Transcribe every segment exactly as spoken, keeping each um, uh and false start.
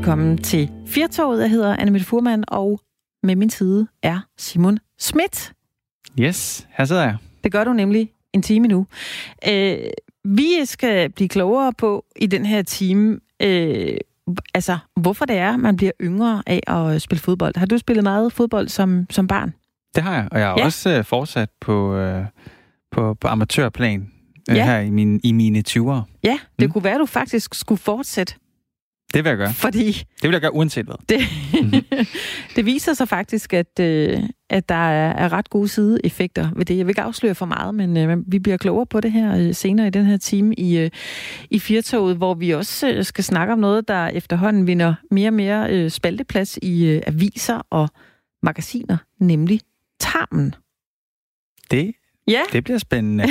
velkommen til Firtoget. Jeg hedder Annemette Fuhrmann, og med min side er Simon Schmidt. Yes, her sidder jeg. Det gør du nemlig en time nu. Øh, vi skal blive klogere på i den her time, øh, altså hvorfor det er, man bliver yngre af at spille fodbold. Har du spillet meget fodbold som, som barn? Det har jeg, og jeg har ja. også øh, fortsat på, øh, på, på amatørplan øh, ja. her i, min, i mine tyvere. Ja, det mm. kunne være, at du faktisk skulle fortsætte. Det vil jeg gøre. Fordi det vil jeg gøre uanset hvad. Det, mm-hmm. det viser sig faktisk, at, øh, at der er, er ret gode sideeffekter ved det. Jeg vil ikke afsløre for meget, men øh, vi bliver klogere på det her øh, senere i den her time i, øh, i Firtoget, hvor vi også øh, skal snakke om noget, der efterhånden vinder mere og mere øh, spalteplads i øh, aviser og magasiner, nemlig tarmen. Det, ja. det bliver spændende.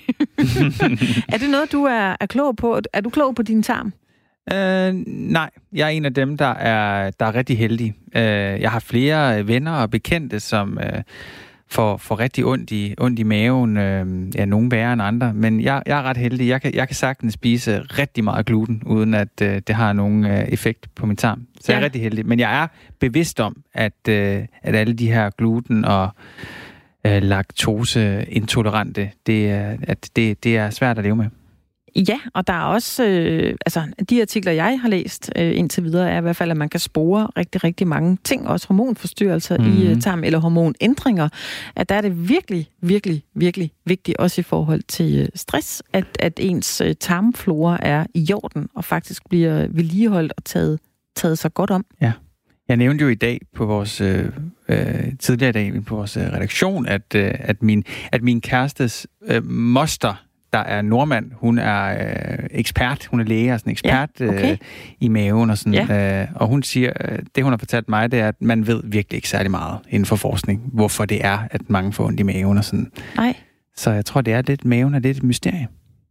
Er det noget, du er, er klog på? Er du klog på din tarm? Uh, nej, jeg er en af dem, der er, der er rigtig heldig. Uh, jeg har flere venner og bekendte, som uh, får, får rigtig ondt i, ondt i maven. Uh, ja, nogle værre end andre. Men jeg, jeg er ret heldig. Jeg kan, jeg kan sagtens spise rigtig meget gluten, uden at uh, det har nogen uh, effekt på min tarm. Så ja. jeg er rigtig heldig. Men jeg er bevidst om, at, uh, at alle de her gluten og uh, laktoseintolerante, det, uh, at det, det er svært at leve med. Ja, og der er også, øh, altså de artikler, jeg har læst øh, indtil videre, er i hvert fald, at man kan spore rigtig, rigtig mange ting, også hormonforstyrrelser mm-hmm. i uh, tarm, eller hormonændringer, at der er det virkelig, virkelig, virkelig vigtigt, også i forhold til øh, stress, at, at ens øh, tarmflora er i orden, og faktisk bliver vedligeholdt og taget, taget sig godt om. Ja. Jeg nævnte jo i dag på vores øh, øh, tidligere i dag på vores øh, redaktion, at, øh, at, min, at min kærestes øh, moster, der er nordmand, hun er øh, ekspert, hun er læge og sådan ekspert ja, okay. øh, i maven og sådan. Ja. Øh, og hun siger, øh, det hun har fortalt mig, det er, at man ved virkelig ikke særlig meget inden for forskning, hvorfor det er, at mange får ondt i maven og sådan. Nej. Så jeg tror, det er lidt, maven er lidt et mysterie.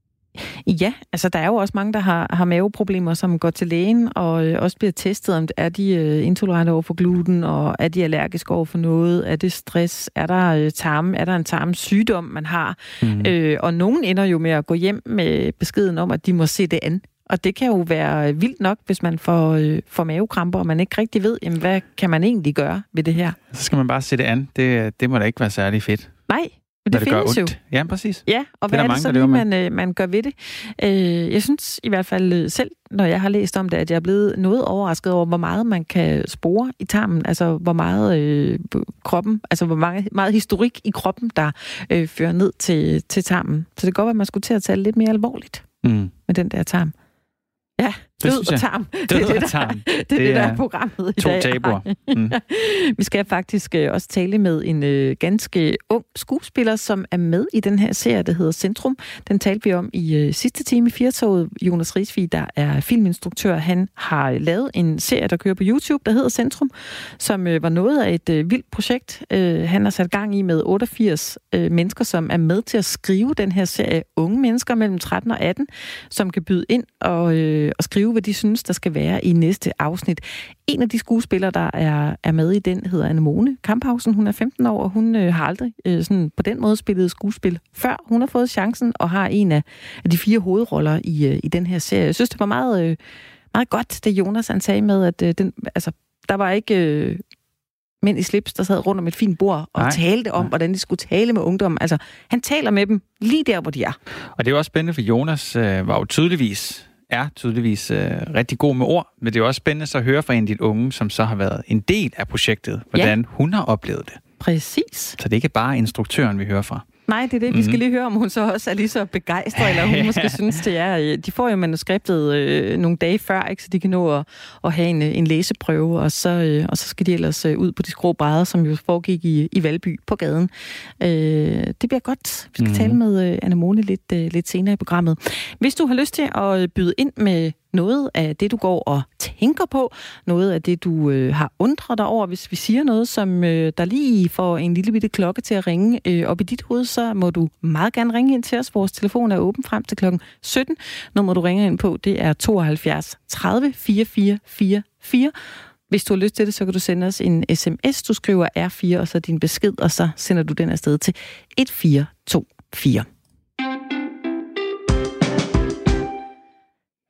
Ja, altså der er jo også mange, der har, har maveproblemer, som går til lægen og øh, også bliver testet, om er de øh, intolerante over for gluten, og er de allergiske over for noget, er det stress, er der øh, tarme, er der en tarmsygdom, man har, mm. øh, og nogen ender jo med at gå hjem med beskeden om, at de må se det an. Og det kan jo være vildt nok, hvis man får, øh, får mavekramper, og man ikke rigtig ved, jamen, hvad kan man egentlig gøre ved det her? Så skal man bare se det an. Det, det må da ikke være særlig fedt. Nej. Men det, det findes jo. Ja, præcis. Ja, og hvad det er, er det så lige, man, øh, man gør ved det? Øh, jeg synes i hvert fald selv, når jeg har læst om det, at jeg er blevet noget overrasket over, hvor meget man kan spore i tarmen. Altså, hvor meget øh, kroppen, altså hvor meget, meget historik i kroppen, der øh, fører ned til, til tarmen. Så det kan godt være, at man skulle til at tage lidt mere alvorligt mm. med den der tarm. Ja, død og tarm. Død det er det, og tarm. Der, det, det er det, der er programmet i to dag. To tabuer. Mm. Vi skal faktisk også tale med en øh, ganske ung skuespiller, som er med i den her serie, der hedder Centrum. Den talte vi om i øh, sidste time i Firtoget. Jonas Risvig, der er filminstruktør, han har lavet en serie, der kører på YouTube, der hedder Centrum, som øh, var noget af et øh, vildt projekt. Øh, han har sat gang i med otteogfirs øh, mennesker, som er med til at skrive den her serie. Unge mennesker mellem tretten og atten, som kan byde ind og øh, og skrive, hvad de synes, der skal være i næste afsnit. En af de skuespillere, der er, er med i den, hedder Anemone Kamphausen. Hun er femten år, og hun øh, har aldrig øh, sådan, på den måde spillet skuespil før. Hun har fået chancen og har en af, af de fire hovedroller i, øh, i den her serie. Jeg synes, det var meget, øh, meget godt, det Jonas han sagde med, at øh, den, altså, der var ikke... Øh, mænd i slips, der sad rundt om et fint bord og nej, talte om, nej. hvordan de skulle tale med ungdommen. Altså, han taler med dem lige der, hvor de er. Og det er jo også spændende, for Jonas øh, var jo tydeligvis er tydeligvis øh, rigtig god med ord, men det er også spændende så at høre fra en af de unge, som så har været en del af projektet, hvordan ja. hun har oplevet det. Præcis. Så det er ikke bare instruktøren, vi hører fra. Nej, det er det. Vi skal lige høre, om hun så også er lige så begejstret, eller hun måske synes, det er. De får jo manuskriptet øh, nogle dage før, ikke, så de kan nå at, at have en, en læseprøve, og så, øh, og så skal de ellers øh, ud på de skrå brædder, som jo foregik i, i Valby på gaden. Øh, det bliver godt. Vi skal mm. tale med øh, Anemone lidt, øh, lidt senere i programmet. Hvis du har lyst til at byde ind med noget af det, du går og tænker på, noget af det, du øh, har undret dig over, hvis vi siger noget, som øh, der lige får en lille bitte klokke til at ringe øh, op i dit hoved, så må du meget gerne ringe ind til os. Vores telefon er åben frem til klokken sytten. Nummer, du ringer ind på, det er tooghalvfjerds tredive fireogfyrre fireogfyrre. Hvis du har lyst til det, så kan du sende os en sms. Du skriver R fire, og så din besked, og så sender du den afsted til et fire to fire.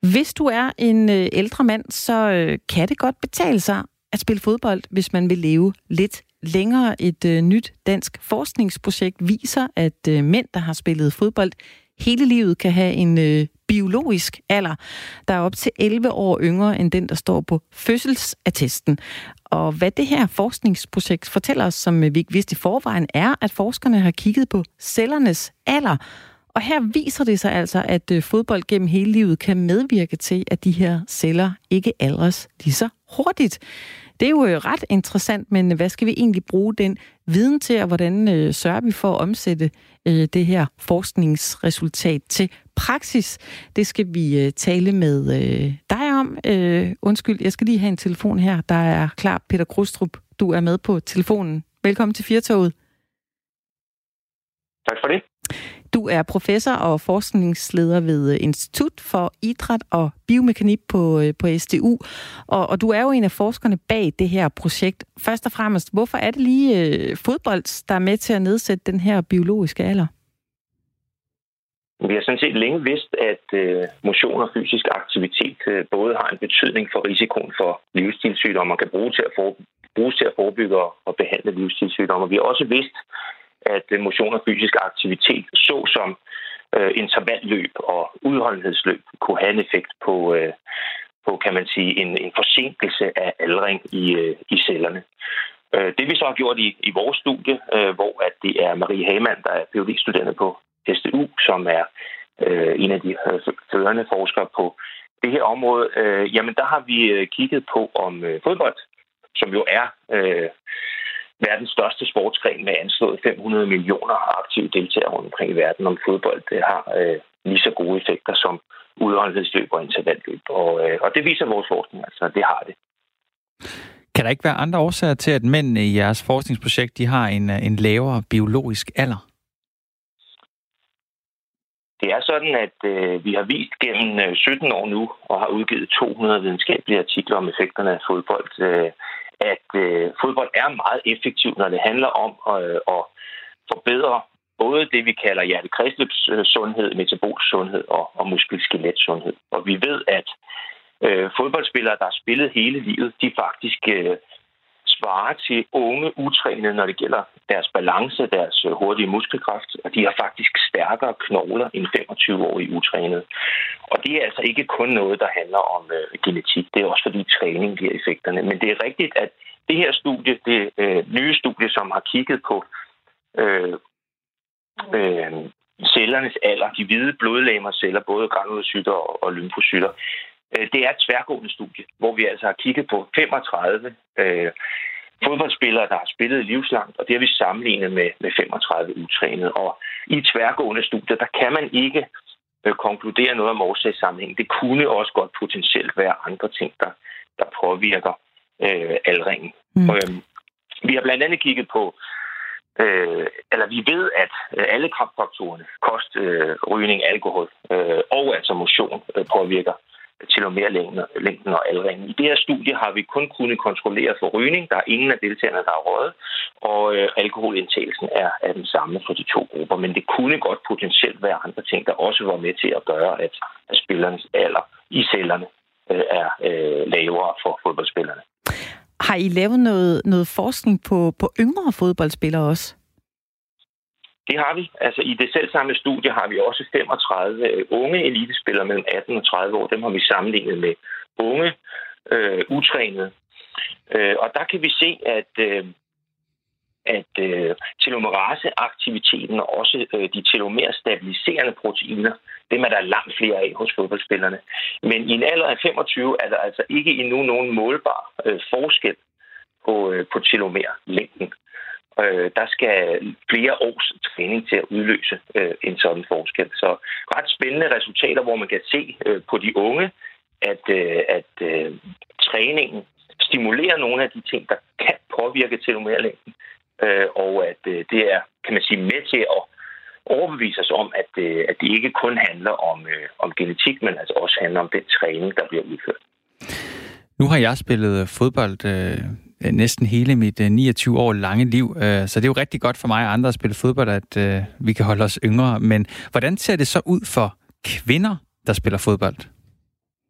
Hvis du er en øh, ældre mand, så øh, kan det godt betale sig at spille fodbold, hvis man vil leve lidt længere. Et øh, nyt dansk forskningsprojekt viser, at øh, mænd, der har spillet fodbold hele livet, kan have en øh, biologisk alder, der er op til elleve år yngre end den, der står på fødselsattesten. Og hvad det her forskningsprojekt fortæller os, som vi ikke vidste i forvejen, er, at forskerne har kigget på cellernes alder. Og her viser det sig altså, at øh, fodbold gennem hele livet kan medvirke til, at de her celler ikke aldres lige så hurtigt. Det er jo øh, ret interessant, men hvad skal vi egentlig bruge den viden til, og hvordan øh, sørger vi for at omsætte øh, det her forskningsresultat til praksis? Det skal vi øh, tale med øh, dig om. Øh, undskyld, jeg skal lige have en telefon her, der er klar. Peter Krustrup, du er med på telefonen. Velkommen til Firtoget. Tak for det. Du er professor og forskningsleder ved Institut for Idræt og Biomekanik på, på S D U, og, og du er jo en af forskerne bag det her projekt. Først og fremmest, hvorfor er det lige øh, fodbold, der er med til at nedsætte den her biologiske alder? Vi har sådan set længe vidst, at øh, motion og fysisk aktivitet øh, både har en betydning for risikoen for livsstilssygdomme og kan bruge til at for, bruges til at forebygge og behandle livsstilssygdomme. Vi har også vidst, at motion og fysisk aktivitet, såsom øh, intervalløb og udholdenhedsløb, kunne have en effekt på, øh, på kan man sige, en, en forsinkelse af aldring i, øh, i cellerne. Øh, det vi så har gjort i, i vores studie, øh, hvor at det er Marie Hamann, der er Ph.D.-studerende på S D U, som er øh, en af de førende forskere på det her område, øh, jamen der har vi øh, kigget på om øh, fodbold, som jo er øh, verdens største sportsgren med anslået fem hundrede millioner aktive deltagere rundt omkring i verden, om fodbold det har øh, lige så gode effekter som udholdenhedsløb og intervalløb. Og, øh, og det viser vores forskning, altså det har det. Kan der ikke være andre årsager til, at mændene i jeres forskningsprojekt de har en, en lavere biologisk alder? Det er sådan, at øh, vi har vist gennem sytten år nu, og har udgivet to hundrede videnskabelige artikler om effekterne af fodbold, øh, at øh, fodbold er meget effektivt, når det handler om øh, at forbedre både det, vi kalder hjerte-kredsløbssundhed, metabolsk sundhed og, og muskel-skelet-sundhed. Og vi ved, at øh, fodboldspillere, der har spillet hele livet, de faktisk øh, svarer til unge utrænede, når det gælder deres balance, deres hurtige muskelkraft, og de har faktisk stærkere knogler end femogtyve-årige utrænede. Og det er altså ikke kun noget, der handler om øh, genetik. Det er også fordi træning giver effekterne. Men det er rigtigt, at det her studie, det øh, nye studie, som har kigget på øh, øh, cellernes alder, de hvide blodlegemerceller, både granulocytter og, og lymfocytter, øh, det er et tværgående studie, hvor vi altså har kigget på femogtredive øh, fodboldspillere, der har spillet livslangt, og det har vi sammenlignet med, med femogtredive utrænede. Og i tværgående studier, der kan man ikke øh, konkludere noget om årsagssammenhæng. Det kunne også godt potentielt være andre ting, der, der påvirker øh, aldringen. Mm. Og, øh, vi har blandt andet kigget på, øh, eller vi ved, at øh, alle kræftfaktorerne, kost, øh, rygning, alkohol øh, og altså motion øh, påvirker telomerlængden og aldringen. I det her studie har vi kun kunnet kontrollere for rygning. Der er ingen af deltagerne, der er røget, og øh, alkoholindtagelsen er, er den samme for de to grupper. Men det kunne godt potentielt være andre ting, der også var med til at gøre, at, at spillernes alder i cellerne øh, er øh, lavere for fodboldspillerne. Har I lavet noget, noget forskning på, på yngre fodboldspillere også? Det har vi. Altså i det selvsamme studie har vi også femogtredive unge elitespillere mellem atten og tredive år. Dem har vi sammenlignet med unge øh, utrænede. Øh, og der kan vi se, at, øh, at øh, telomeraseaktiviteten og også øh, de telomerstabiliserende proteiner, dem er der langt flere af hos fodboldspillerne. Men i en alder af femogtyve er der altså ikke endnu nogen målbar øh, forskel på, øh, på telomerlængden. Øh, der skal flere års træning til at udløse øh, en sådan forskel. Så ret spændende resultater, hvor man kan se øh, på de unge, at, øh, at øh, træningen stimulerer nogle af de ting, der kan påvirke telomerlængden, øh, og at øh, det er, kan man sige, med til at overbevise os om, at, øh, at det ikke kun handler om, øh, om genetik, men altså også handler om den træning, der bliver udført. Nu har jeg spillet fodbold øh, næsten hele mit øh, niogtyve år lange liv, øh, så det er jo rigtig godt for mig og andre at spille fodbold, at øh, vi kan holde os yngre. Men hvordan ser det så ud for kvinder, der spiller fodbold?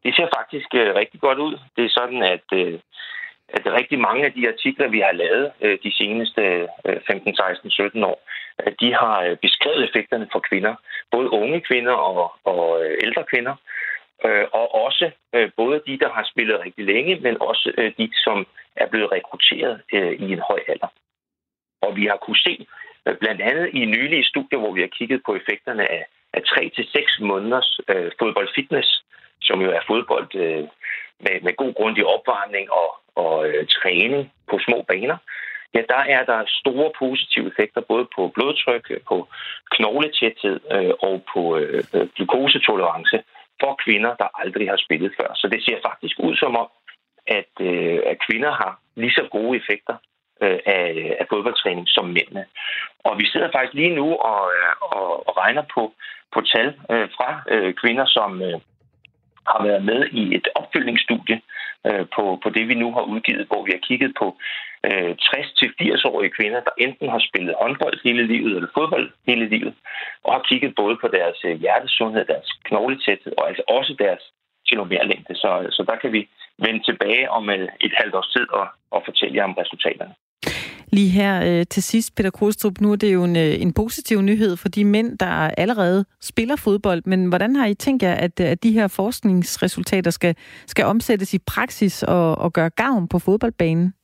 det ser faktisk øh, rigtig godt ud. Det er sådan, at, øh, at rigtig mange af de artikler, vi har lavet øh, de seneste øh, femten, seksten, sytten år, øh, de har øh, beskrevet effekterne for kvinder. Både unge kvinder og, og øh, ældre kvinder. Øh, og også øh, både de, der har spillet rigtig længe, men også øh, de, som er blevet rekrutteret øh, i en høj alder. Og vi har kunne se, øh, blandt andet i nylige studier, hvor vi har kigget på effekterne af, af tre til seks måneders øh, fodboldfitness, som jo er fodbold øh, med, med god grundig opvarmning og, og øh, træning på små baner. Ja, der er der store positive effekter, både på blodtryk, på knogletæthed øh, og på øh, glukosetolerance for kvinder, der aldrig har spillet før. Så det ser faktisk ud som om, at, øh, at kvinder har lige så gode effekter øh, af, af fodboldtræning som mændene. Og vi sidder faktisk lige nu og, og, og regner på, på tal øh, fra øh, kvinder, som øh, har været med i et opfølgningsstudie øh, på, på det, vi nu har udgivet, hvor vi har kigget på øh, tres til firs-årige kvinder, der enten har spillet håndbold hele livet eller fodbold hele livet, og har kigget både på deres øh, hjertesundhed, deres knogletæthed og altså også deres telomerlængde. Så, så der kan vi vende tilbage om øh, et halvt års tid og, og fortælle jer om resultaterne. Lige her øh, til sidst, Peter Krogstrup, nu er det jo en, en positiv nyhed for de mænd, der allerede spiller fodbold. Men hvordan har I tænkt jer, at, at de her forskningsresultater skal, skal omsættes i praksis og, og gøre gavn på fodboldbanen?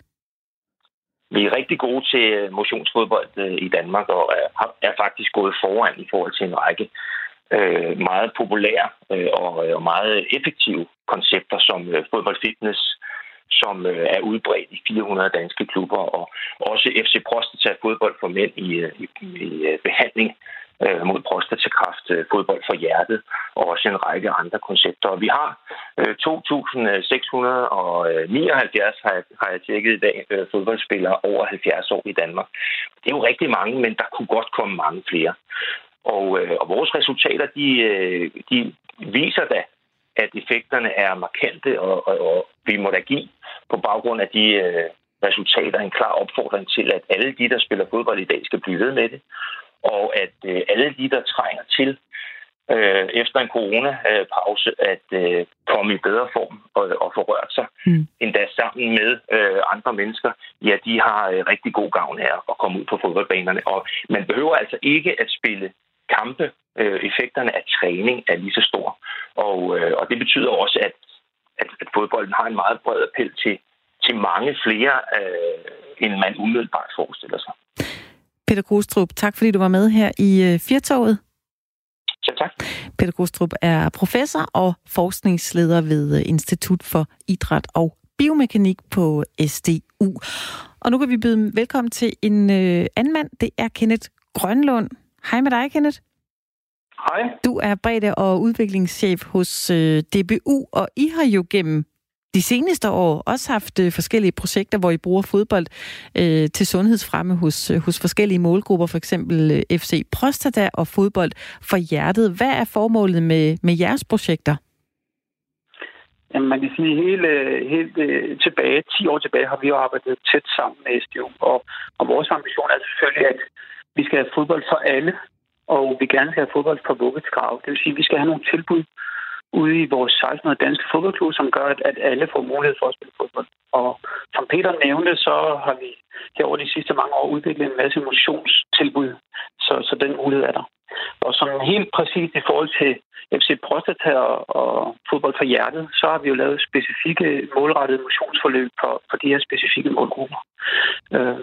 Vi er rigtig gode til motionsfodbold øh, i Danmark og er, er faktisk gået foran i forhold til en række øh, meget populære øh, og, og meget effektive koncepter som øh, fodboldfitness, som øh, er udbredt i fire hundrede danske klubber, og også F C Prostata fodbold for mænd i, i, i behandling øh, mod prostatakræft, øh, fodbold for hjertet, og også en række andre koncepter. Og vi har øh, to tusind seks hundrede nioghalvfjerds, har jeg, har jeg tjekket i dag, øh, fodboldspillere over halvfjerds år i Danmark. Det er jo rigtig mange, men der kunne godt komme mange flere. Og, øh, og vores resultater, de, øh, de viser da, at effekterne er markante, og, og, og vi må da give på baggrund af de øh, resultater en klar opfordring til, at alle de, der spiller fodbold i dag, skal blive ved med det, og at øh, alle de, der trænger til øh, efter en coronapause, at øh, komme i bedre form og, og få rørt sig, mm. endda sammen med øh, andre mennesker, ja, de har øh, rigtig god gavn af at komme ud på fodboldbanerne. Og man behøver altså ikke at spille kampe. Øh, effekterne af træning er lige så store. Og, øh, og det betyder også, at, at, at fodbolden har en meget bred appel til, til mange flere, øh, end man umiddelbart forestiller sig. Peter Krogstrup, tak fordi du var med her i øh, Firtoget. Ja, tak. Peter Krogstrup er professor og forskningsleder ved Institut for Idræt og Biomekanik på S D U. Og nu kan vi byde velkommen til en øh, anden mand. Det er Kenneth Grønlund. Hej med dig, Kenneth. Hej. Du er bredde- og udviklingschef hos øh, D B U, og I har jo gennem de seneste år også haft øh, forskellige projekter, hvor I bruger fodbold øh, til sundhedsfremme hos, øh, hos forskellige målgrupper, for eksempel øh, F C Prostata og fodbold for hjertet. Hvad er formålet med, med jeres projekter? Jamen, man kan sige, helt, helt tilbage, ti år tilbage, har vi jo arbejdet tæt sammen med S D U, og, og vores ambition er selvfølgelig, at vi skal have fodbold for alle, og vi gerne skal have fodbold fra vugge til grav. Det vil sige, at vi skal have nogle tilbud ude i vores seksten hundrede danske fodboldklubber, som gør, at alle får mulighed for at spille fodbold. Og som Peter nævnte, så har vi herover de sidste mange år udviklet en masse motionstilbud, så, så den mulighed er der. Og som helt præcist i forhold til F C Prostata og, og fodbold for hjertet, så har vi jo lavet specifikke målrettede motionsforløb for, for de her specifikke målgrupper. Øh.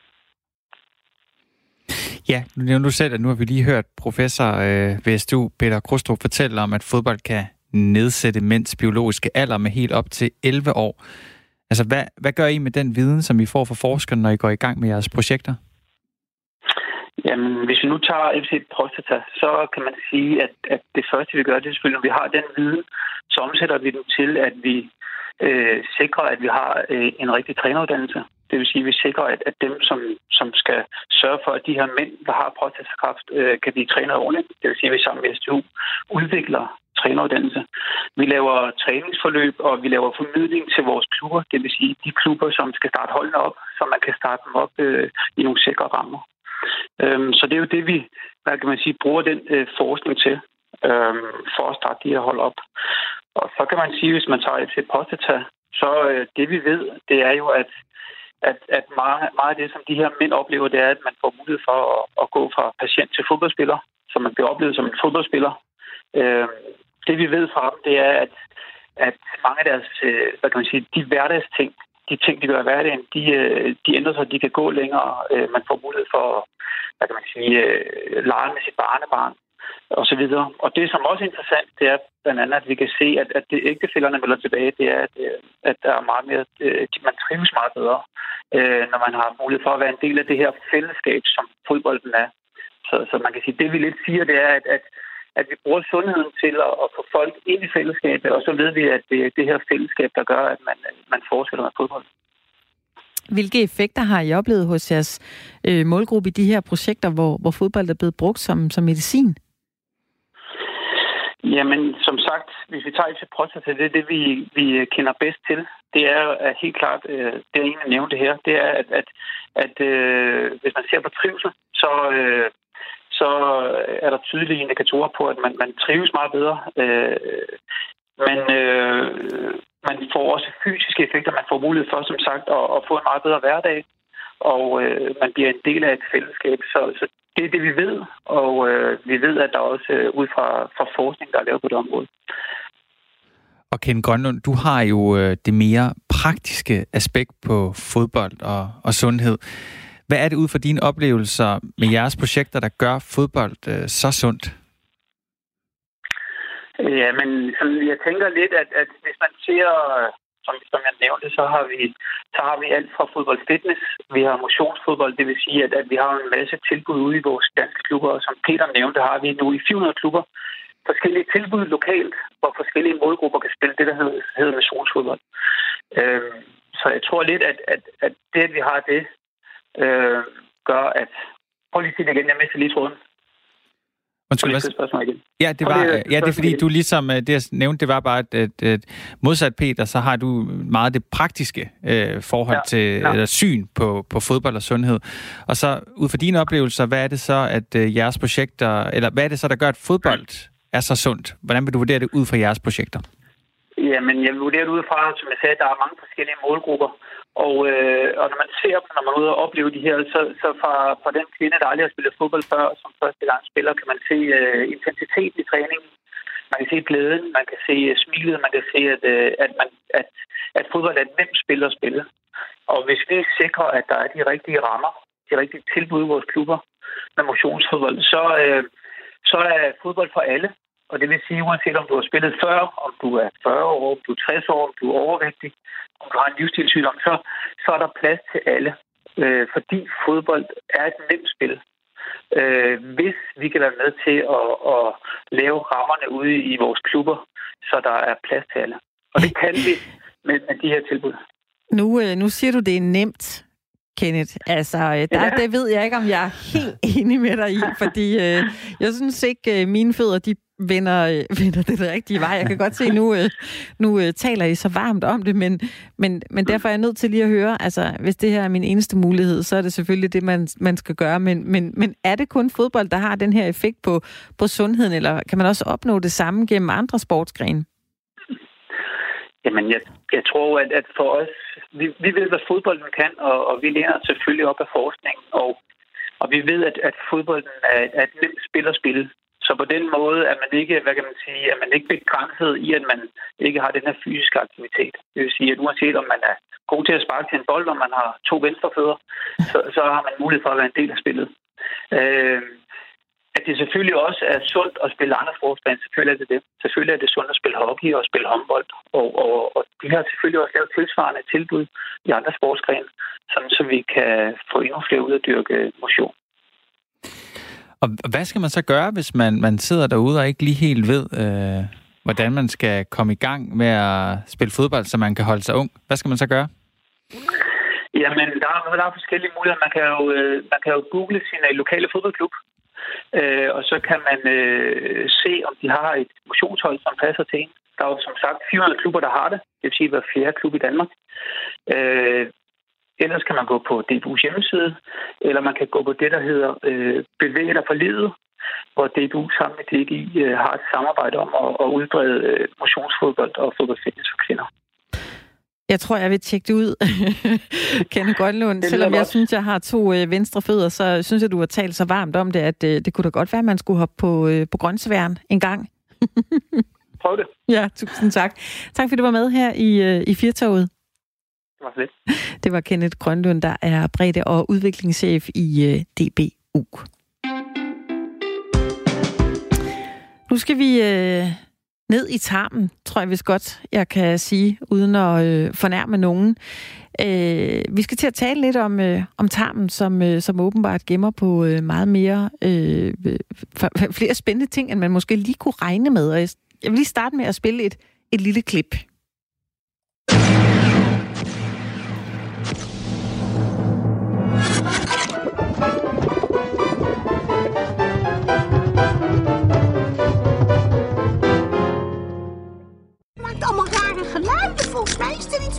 Ja, nu nævner du selv, at nu har vi lige hørt professor øh, ved S D U, Peter Krogstrup, fortælle om, at fodbold kan nedsætte mænds biologiske alder med helt op til elleve år. Altså, hvad, hvad gør I med den viden, som I får fra forskerne, når I går i gang med jeres projekter? Jamen, hvis vi nu tager F C Prostata, så kan man sige, at, at det første, vi gør, det er selvfølgelig, når vi har den viden, så omsætter vi den til, at vi øh, sikrer, at vi har øh, en rigtig træneruddannelse. Det vil sige, at vi sikrer, at, at dem, som, som skal sørge for, at de her mænd, der har prostatakræft, øh, kan blive trænet ordentligt. Det vil sige, at vi sammen med S D U udvikler træneruddannelse. Vi laver træningsforløb, og vi laver formidling til vores klubber. Det vil sige, de klubber, som skal starte holdene op, så man kan starte dem op øh, i nogle sikre rammer. Øhm, så det er jo det, vi hvad kan man sige, bruger den øh, forskning til, øh, for at starte de her hold op. Og så kan man sige, hvis man tager F C Postata, så øh, det vi ved, det er jo, at, at, at meget, meget af det, som de her mænd oplever, det er, at man får mulighed for at, at gå fra patient til fodboldspiller, så man bliver oplevet som en fodboldspiller. Øh, det vi ved fra dem, det er, at, at mange af deres, øh, hvad kan man sige, de hverdagsting, de ting, de gør i hverdagen, de, de ændrer sig, de kan gå længere. Man får mulighed for, hvad kan man sige, lege med sit barnebarn og så videre. Og det, som også er interessant, det er blandt andet, at vi kan se, at, at det ægtefællerne melder tilbage, det er, at, at der er meget mere, man trives meget bedre, når man har mulighed for at være en del af det her fællesskab, som fodbolden er. Så, så man kan sige, det vi lidt siger, det er, at, at at vi bruger sundheden til at, at få folk ind i fællesskabet, og så ved vi, at det er det her fællesskab, der gør, at man, man fortsætter med fodbold. Hvilke effekter har I oplevet hos jeres øh, målgruppe i de her projekter, hvor, hvor fodbold er blevet brugt som, som medicin? Jamen, som sagt, hvis vi tager F C Postata, det er det, vi, vi kender bedst til. Det er at helt klart, øh, det er egentlig nævnte her, det er, at, at, at øh, hvis man ser på trivsel, så... Øh, så er der tydelige indikatorer på, at man, man trives meget bedre. Øh, men øh, man får også fysiske effekter. Man får mulighed for, som sagt, at, at få en meget bedre hverdag. Og øh, man bliver en del af et fællesskab. Så, så det er det, vi ved. Og øh, vi ved, at der også øh, ud fra, fra forskning, der er lavet på det område. Og Ken Grønlund, du har jo øh, det mere praktiske aspekt på fodbold og, og sundhed. Hvad er det ud fra dine oplevelser med jeres projekter, der gør fodbold øh, så sundt? Ja, men sådan, jeg tænker lidt, at, at hvis man ser, som, som jeg nævnte, så har vi så har vi alt fra fodbold fitness, vi har motionsfodbold, det vil sige, at, at vi har en masse tilbud ude i vores danske klubber, og som Peter nævnte, har vi nu i fire hundrede klubber forskellige tilbud lokalt, hvor forskellige målgrupper kan spille det, der hedder, hedder motionsfodbold. Øhm, så jeg tror lidt, at, at, at det, at vi har det, Øh, gør, at... Prøv lige at sige det igen, jeg mister lige tråden. Undskyld, hvad? Ja, det var, ja, det er fordi, du ligesom, det jeg nævnte, det var bare, at, at, at modsat Peter, så har du meget det praktiske øh, forhold ja, til, ja. eller syn på, på fodbold og sundhed. Og så, ud fra dine oplevelser, hvad er det så, at øh, jeres projekter, eller hvad er det så, der gør, at fodbold er så sundt? Hvordan vil du vurdere det ud fra jeres projekter? Jamen, jeg vil vurdere det ud fra, som jeg sagde, at der er mange forskellige målgrupper. Og, øh, og når man ser dem, når man er ude og opleve de her, så, så fra, fra den kvinde, der aldrig har spillet fodbold før, som første gang spiller, kan man se øh, intensitet i træningen. Man kan se glæden, man kan se uh, smilet, man kan se, at, uh, at, man, at, at fodbold er et nemt spil at spille. Og hvis vi sikrer, at der er de rigtige rammer, de rigtige tilbud i vores klubber med motionsfodbold, så, uh, så er fodbold for alle. Og det vil sige, uanset om du har spillet før, om du er fyrre år, om du er tres år, om du er overvægtig, om du har en livsstilssygdom, så, så er der plads til alle. Øh, fordi fodbold er et nemt spil. Øh, hvis vi kan være med til at, at lave rammerne ude i vores klubber, så der er plads til alle. Og det kan vi med, med de her tilbud. Nu, nu siger du, det er nemt, Kenneth. Altså, der, ja. det ved jeg ikke, om jeg er helt enig med dig i, fordi øh, jeg synes ikke, mine fødder, de vender, vender det der rigtige vej. Jeg kan godt se, nu, nu taler I så varmt om det, men, men, men derfor er jeg nødt til lige at høre, altså, hvis det her er min eneste mulighed, så er det selvfølgelig det, man, man skal gøre, men, men, men er det kun fodbold, der har den her effekt på, på sundheden, eller kan man også opnå det samme gennem andre sportsgrene? Jamen, jeg, jeg tror, at, at for os, vi, vi ved, hvad fodbolden kan, og, og vi lærer selvfølgelig op af forskningen, og, og vi ved, at, at fodbolden er, er et nemt spil at spille. Så på den måde er man ikke, hvad kan man sige, er man ikke begrænset i, at man ikke har den her fysiske aktivitet. Det vil sige, at uanset om man er god til at sparke til en bold, og man har to venstrefødder, så, så har man mulighed for at være en del af spillet. Øh, at det selvfølgelig også er sundt at spille andre sportsgrene, selvfølgelig er det det. Selvfølgelig er det sundt at spille hockey og spille håndbold, og, og, og vi har selvfølgelig også lavet tilsvarende tilbud i andre sportsgrene, sådan så vi kan få endnu flere ud at dyrke motion. Og hvad skal man så gøre, hvis man, man sidder derude og ikke lige helt ved, øh, hvordan man skal komme i gang med at spille fodbold, så man kan holde sig ung? Hvad skal man så gøre? Jamen, der er, der er forskellige muligheder. Man kan jo, man kan jo google sin lokale fodboldklub, øh, og så kan man øh, se, om de har et motionshold, som passer til en. Der er jo som sagt fire hundrede klubber, der har det. Det vil sige, hver fjerde klub i Danmark. Øh, Ellers kan man gå på D B U's hjemmeside, eller man kan gå på det, der hedder øh, Bevæg dig for livet, hvor D B U sammen med D G I øh, har et samarbejde om at, at udbrede øh, motionsfodbold og fodboldfitness for kvinder. Jeg tror, jeg vil tjekke det ud, Kenneth Grønlund. Selvom jeg synes, jeg har to øh, venstre fødder, så synes jeg, du har talt så varmt om det, at øh, det kunne da godt være, at man skulle hoppe på, øh, på grøntsværen en gang. Prøv det. Ja, tusind tak. Tak fordi du var med her i, øh, i Firtoget. Det var fedt. Det var Kenneth Grønlund, der er bredde- og udviklingschef i øh, D B U. Nu skal vi øh, ned i tarmen, tror jeg vist godt, jeg kan sige, uden at øh, fornærme nogen. Øh, vi skal til at tale lidt om, øh, om tarmen, som, øh, som åbenbart gemmer på øh, meget mere øh, flere spændende ting, end man måske lige kunne regne med. Og jeg, jeg vil lige starte med at spille et, et lille klip. Allemaal rare geluiden. Volgens mij is er iets.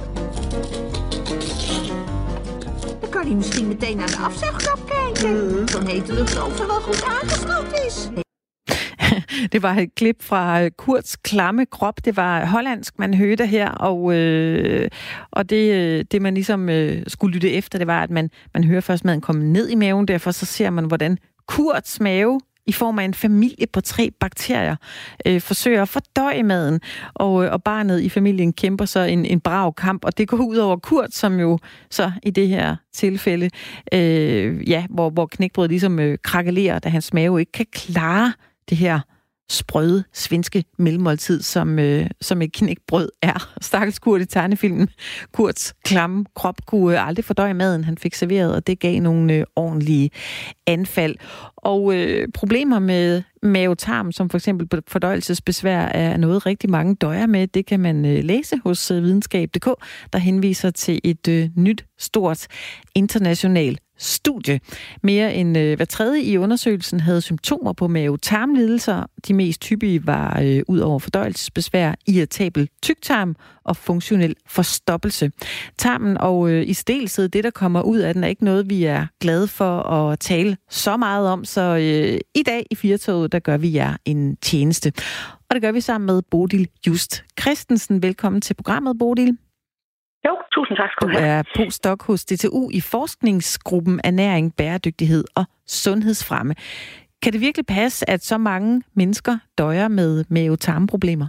Dan kan hij misschien meteen naar de afzuigkap kijken. Dan heet de lucht overal goed aangesloten is. Det var et klip fra Kurts klamme krop. Det var hollandsk, man hørte her, og, øh, og det, det, man ligesom øh, skulle lytte efter, det var, at man, man hører først maden komme ned i maven. Derfor så ser man, hvordan Kurts mave i form af en familie på tre bakterier øh, forsøger at fordøje maden, og, og barnet i familien kæmper så en, en brav kamp, og det går ud over Kurt, som jo så i det her tilfælde, øh, ja, hvor, hvor knækbrødet ligesom øh, krakelerer, da hans mave ikke kan klare det her sprøde svenske mellemmåltid, som, øh, som et knækbrød er. Stakkels Kurt i tegnefilmen. Kurts klamme krop kunne øh, aldrig fordøje maden, han fik serveret, og det gav nogle øh, ordentlige anfald. Og øh, problemer med mavetarm, som for eksempel fordøjelsesbesvær, er noget rigtig mange døjer med. Det kan man øh, læse hos øh, videnskab punktum d k, der henviser til et øh, nyt, stort internationalt studie. Mere end øh, hver tredje i undersøgelsen havde symptomer på mave-tarmlidelser. De mest hyppige var øh, ud over fordøjelsesbesvær, irritabel tyktarm og funktionel forstoppelse. Tarmen og øh, i stelset, det der kommer ud af den, er ikke noget, vi er glade for at tale så meget om. Så øh, i dag i Firtoget, der gør vi jer en tjeneste. Og det gør vi sammen med Bodil Just Christensen. Velkommen til programmet, Bodil. Jo, tusind tak skal du have. Du er postdoc hos D T U i forskningsgruppen Ernæring, Bæredygtighed og Sundhedsfremme. Kan det virkelig passe, at så mange mennesker døjer med mave-tarmproblemer?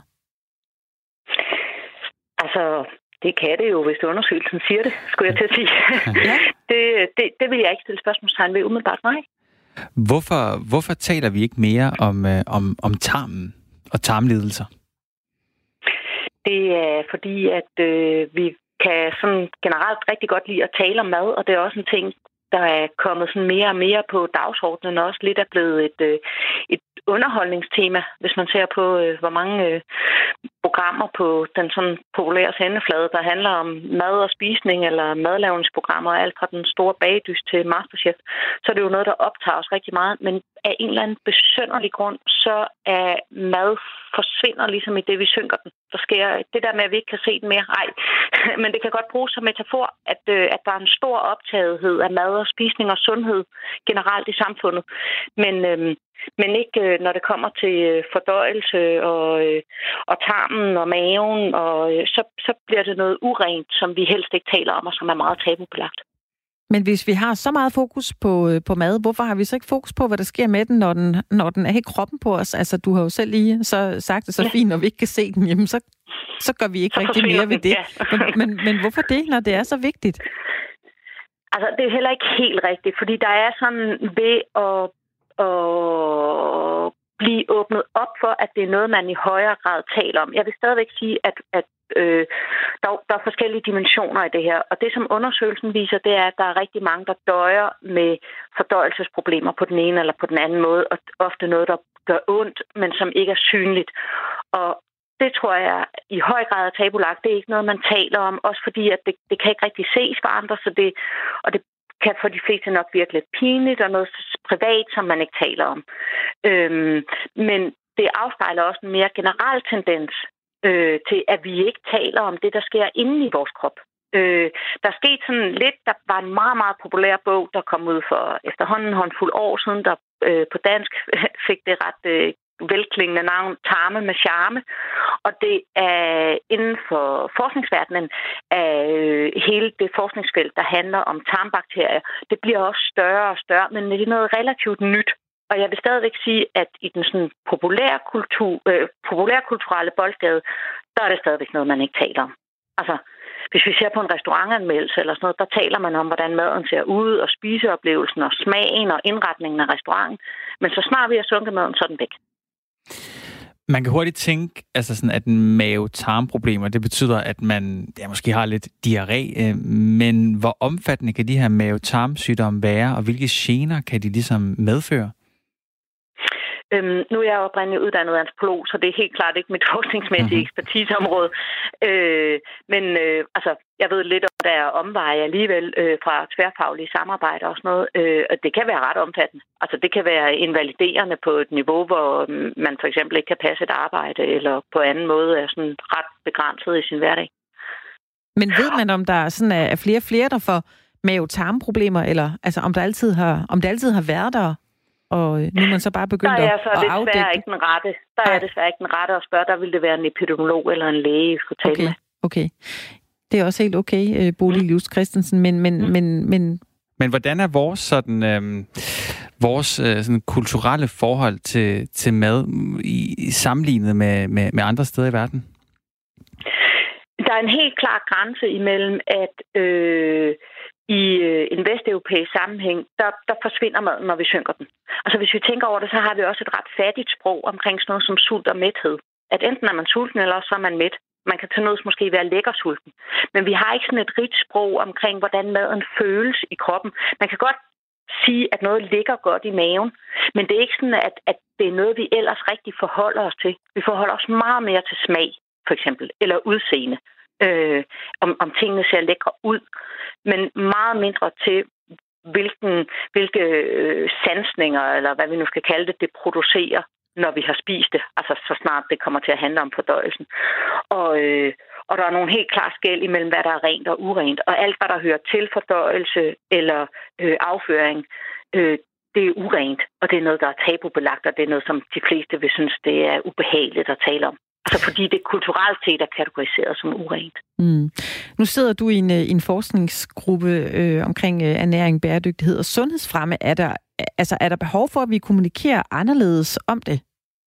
Altså, det kan det jo, hvis undersøgelsen siger det, skulle jeg til at sige. Ja. det, det, det vil jeg ikke stille spørgsmålstegn ved umiddelbart, nej. Hvorfor, hvorfor taler vi ikke mere om, øh, om, om tarmen og tarmlidelser? Det er fordi, at øh, vi kan sådan generelt rigtig godt lide at tale om mad, og det er også en ting, der er kommet sådan mere og mere på dagsordenen, og også lidt er blevet et, et underholdningstema, hvis man ser på, hvor mange programmer på den sådan populære sendeflade, der handler om mad og spisning, eller madlavningsprogrammer, alt fra den store bagdyst til Masterchef, så er det jo noget, der optager os rigtig meget, men af en eller anden besynderlig grund, så er mad forsvinder ligesom i det, vi synker den. Der sker det der med, at vi ikke kan se den mere. Ej, men det kan godt bruges som metafor, at, at der er en stor optagethed af mad og spisning og sundhed generelt i samfundet. Men, øhm, men ikke når det kommer til fordøjelse og, og tarmen og maven, og så, så bliver det noget urent, som vi helst ikke taler om, og som er meget tabubelagt. Men hvis vi har så meget fokus på, på mad, hvorfor har vi så ikke fokus på, hvad der sker med den, når den, når den er i kroppen på os? Altså, du har jo selv lige så sagt det så fint, når vi ikke kan se den, jamen så, så gør vi ikke så rigtig mere ved det. Ja. men, men, men hvorfor det, når det er så vigtigt? Altså, det er heller ikke helt rigtigt, fordi der er sådan ved at, at blive åbnet op for, at det er noget, man i højere grad taler om. Jeg vil stadigvæk sige, at, at øh, der, der er forskellige dimensioner i det her. Og det, som undersøgelsen viser, det er, at der er rigtig mange, der døjer med fordøjelsesproblemer på den ene eller på den anden måde, og ofte noget, der gør ondt, men som ikke er synligt. Og det tror jeg i høj grad er tabulagt. Det er ikke noget, man taler om, også fordi at det, det kan ikke rigtig ses for andre, så det, og det kan for de fleste nok virke lidt pinligt og noget privat, som man ikke taler om. Øhm, men det afspejler også en mere generel tendens øh, til, at vi ikke taler om det, der sker inde i vores krop. Øh, der skete sådan lidt, der var en meget, meget populær bog, der kom ud for efterhånden en håndfuld år siden, der øh, på dansk fik det ret øh, velklingende navn Tarme med charme. Og det er inden for forskningsverdenen af øh, hele det forskningsfelt, der handler om tarmbakterier. Det bliver også større og større, men det er noget relativt nyt. Og jeg vil stadigvæk sige, at i den sådan populære kultur, øh, populærkulturelle boldgade, der er det stadigvæk noget, man ikke taler om. Altså, hvis vi ser på en restaurantanmeldelse eller sådan noget, der taler man om, hvordan maden ser ud, og spiseoplevelsen, og smagen og indretningen af restauranten. Men så snart vi har sunket maden, så er den væk. Man kan hurtigt tænke, altså sådan, at mave-tarmproblemer, det betyder, at man ja, måske har lidt diarré, men hvor omfattende kan de her mave-tarmsygdomme være, og hvilke gener kan de ligesom medføre? Øhm, nu er jeg oprindeligt uddannet antropolog, så det er helt klart ikke mit forskningsmæssige mm-hmm. ekspertiseområde. Øh, men øh, altså, jeg ved lidt om, der er omveje alligevel øh, fra tværfaglige samarbejder og sådan noget. Øh, og det kan være ret omfattende. Altså, det kan være invaliderende på et niveau, hvor man for eksempel ikke kan passe et arbejde, eller på anden måde er sådan ret begrænset i sin hverdag. Men ved man, om der sådan er flere og flere, der får mave-tarmproblemer, eller altså, om, der altid har, om det altid har været der? Og nu er man så bare begyndt at afdække. Der er så desværre ikke den rette. Der er desværre ikke den rette at spørge. Der ville det være en epidemiolog eller en læge, jeg skulle tale okay. med. Okay. Det er også helt okay, Bodil Just Christensen, men, men, mm. men, men... Men hvordan er vores sådan, øhm, vores øh, sådan kulturelle forhold til, til mad i, i sammenlignet med, med, med andre steder i verden? Der er en helt klar grænse imellem, at øh, i øh, en vesteuropæisk sammenhæng, der, der forsvinder maden, når vi synker den. Altså hvis vi tænker over det, så har vi også et ret fattigt sprog omkring sådan noget som sult og mæthed. At enten er man sulten, eller så er man mæt. Man kan til noget måske være lækkersulten. Men vi har ikke sådan et rigt sprog omkring, hvordan maden føles i kroppen. Man kan godt sige, at noget ligger godt i maven, men det er ikke sådan, at, at det er noget, vi ellers rigtig forholder os til. Vi forholder os meget mere til smag, for eksempel, eller udseende. Øh, om, om tingene ser lækre ud, men meget mindre til, hvilken, hvilke øh, sansninger, eller hvad vi nu skal kalde det, det producerer, når vi har spist det. Altså så snart det kommer til at handle om fordøjelsen. Og, øh, og der er nogle helt klare skel imellem, hvad der er rent og urent. Og alt, hvad der hører til fordøjelse eller øh, afføring, øh, det er urent. Og det er noget, der er tabubelagt, og det er noget, som de fleste vil synes, det er ubehageligt at tale om. Altså fordi det kulturelt set er kategoriseret som urent. Mm. Nu sidder du i en, en forskningsgruppe øh, omkring øh, ernæring, bæredygtighed og sundhedsfremme. Er der, altså, er der behov for, at vi kommunikerer anderledes om det?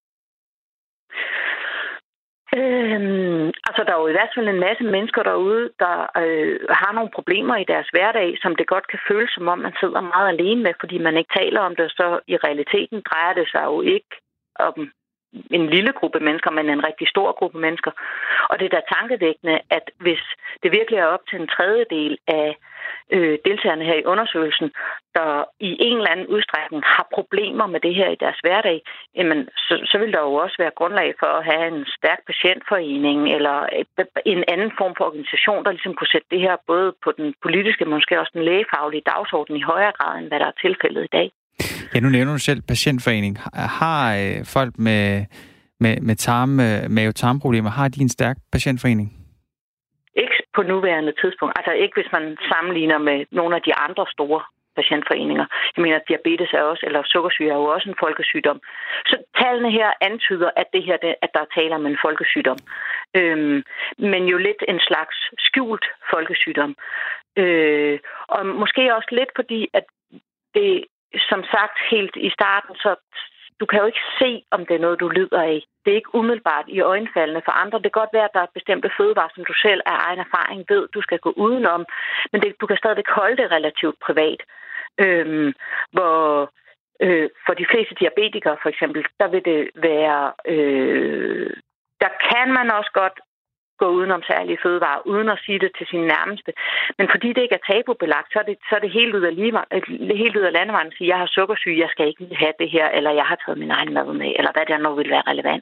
Øhm, altså, der er jo i hvert fald en masse mennesker derude, der øh, har nogle problemer i deres hverdag, som det godt kan føles, som om man sidder meget alene med, fordi man ikke taler om det. Så i realiteten drejer det sig jo ikke om en lille gruppe mennesker, men en rigtig stor gruppe mennesker. Og det er da tankevækkende, at hvis det virkelig er op til en tredjedel af øh, deltagerne her i undersøgelsen, der i en eller anden udstrækning har problemer med det her i deres hverdag, jamen, så, så vil der jo også være grundlag for at have en stærk patientforening eller en anden form for organisation, der ligesom kunne sætte det her både på den politiske, men måske også den lægefaglige dagsorden i højere grad, end hvad der er tilfældet i dag. Ja, nu nævner du selv patientforening. Har øh, folk med, med, med tarme, mave-tarmproblemer, har de en stærk patientforening? Ikke på nuværende tidspunkt. Altså ikke hvis man sammenligner med nogle af de andre store patientforeninger. Jeg mener, at diabetes er også, eller sukkersyge er jo også en folkesygdom. Så tallene her antyder, at det her, at der taler om en folkesygdom. Øhm, men jo lidt en slags skjult folkesygdom. Øh, og måske også lidt fordi, at det som sagt helt i starten, så du kan jo ikke se, om det er noget, du lider af. Det er ikke umiddelbart i øjenfaldene for andre. Det kan godt være, at der er bestemte fødevarer, som du selv af egen erfaring ved, du skal gå udenom, men det, du kan stadigvæk holde det relativt privat. Øhm, hvor øh, for de fleste diabetikere for eksempel, der vil det være... Øh, der kan man også godt gå udenom særlige fødevarer, uden at sige det til sine nærmeste. Men fordi det ikke er tabubelagt, så er det, så er det helt ud af, helt ud af landevejen at sige, jeg har sukkersyge, jeg skal ikke have det her, eller jeg har taget min egen mad med, eller hvad der nu vil være relevant.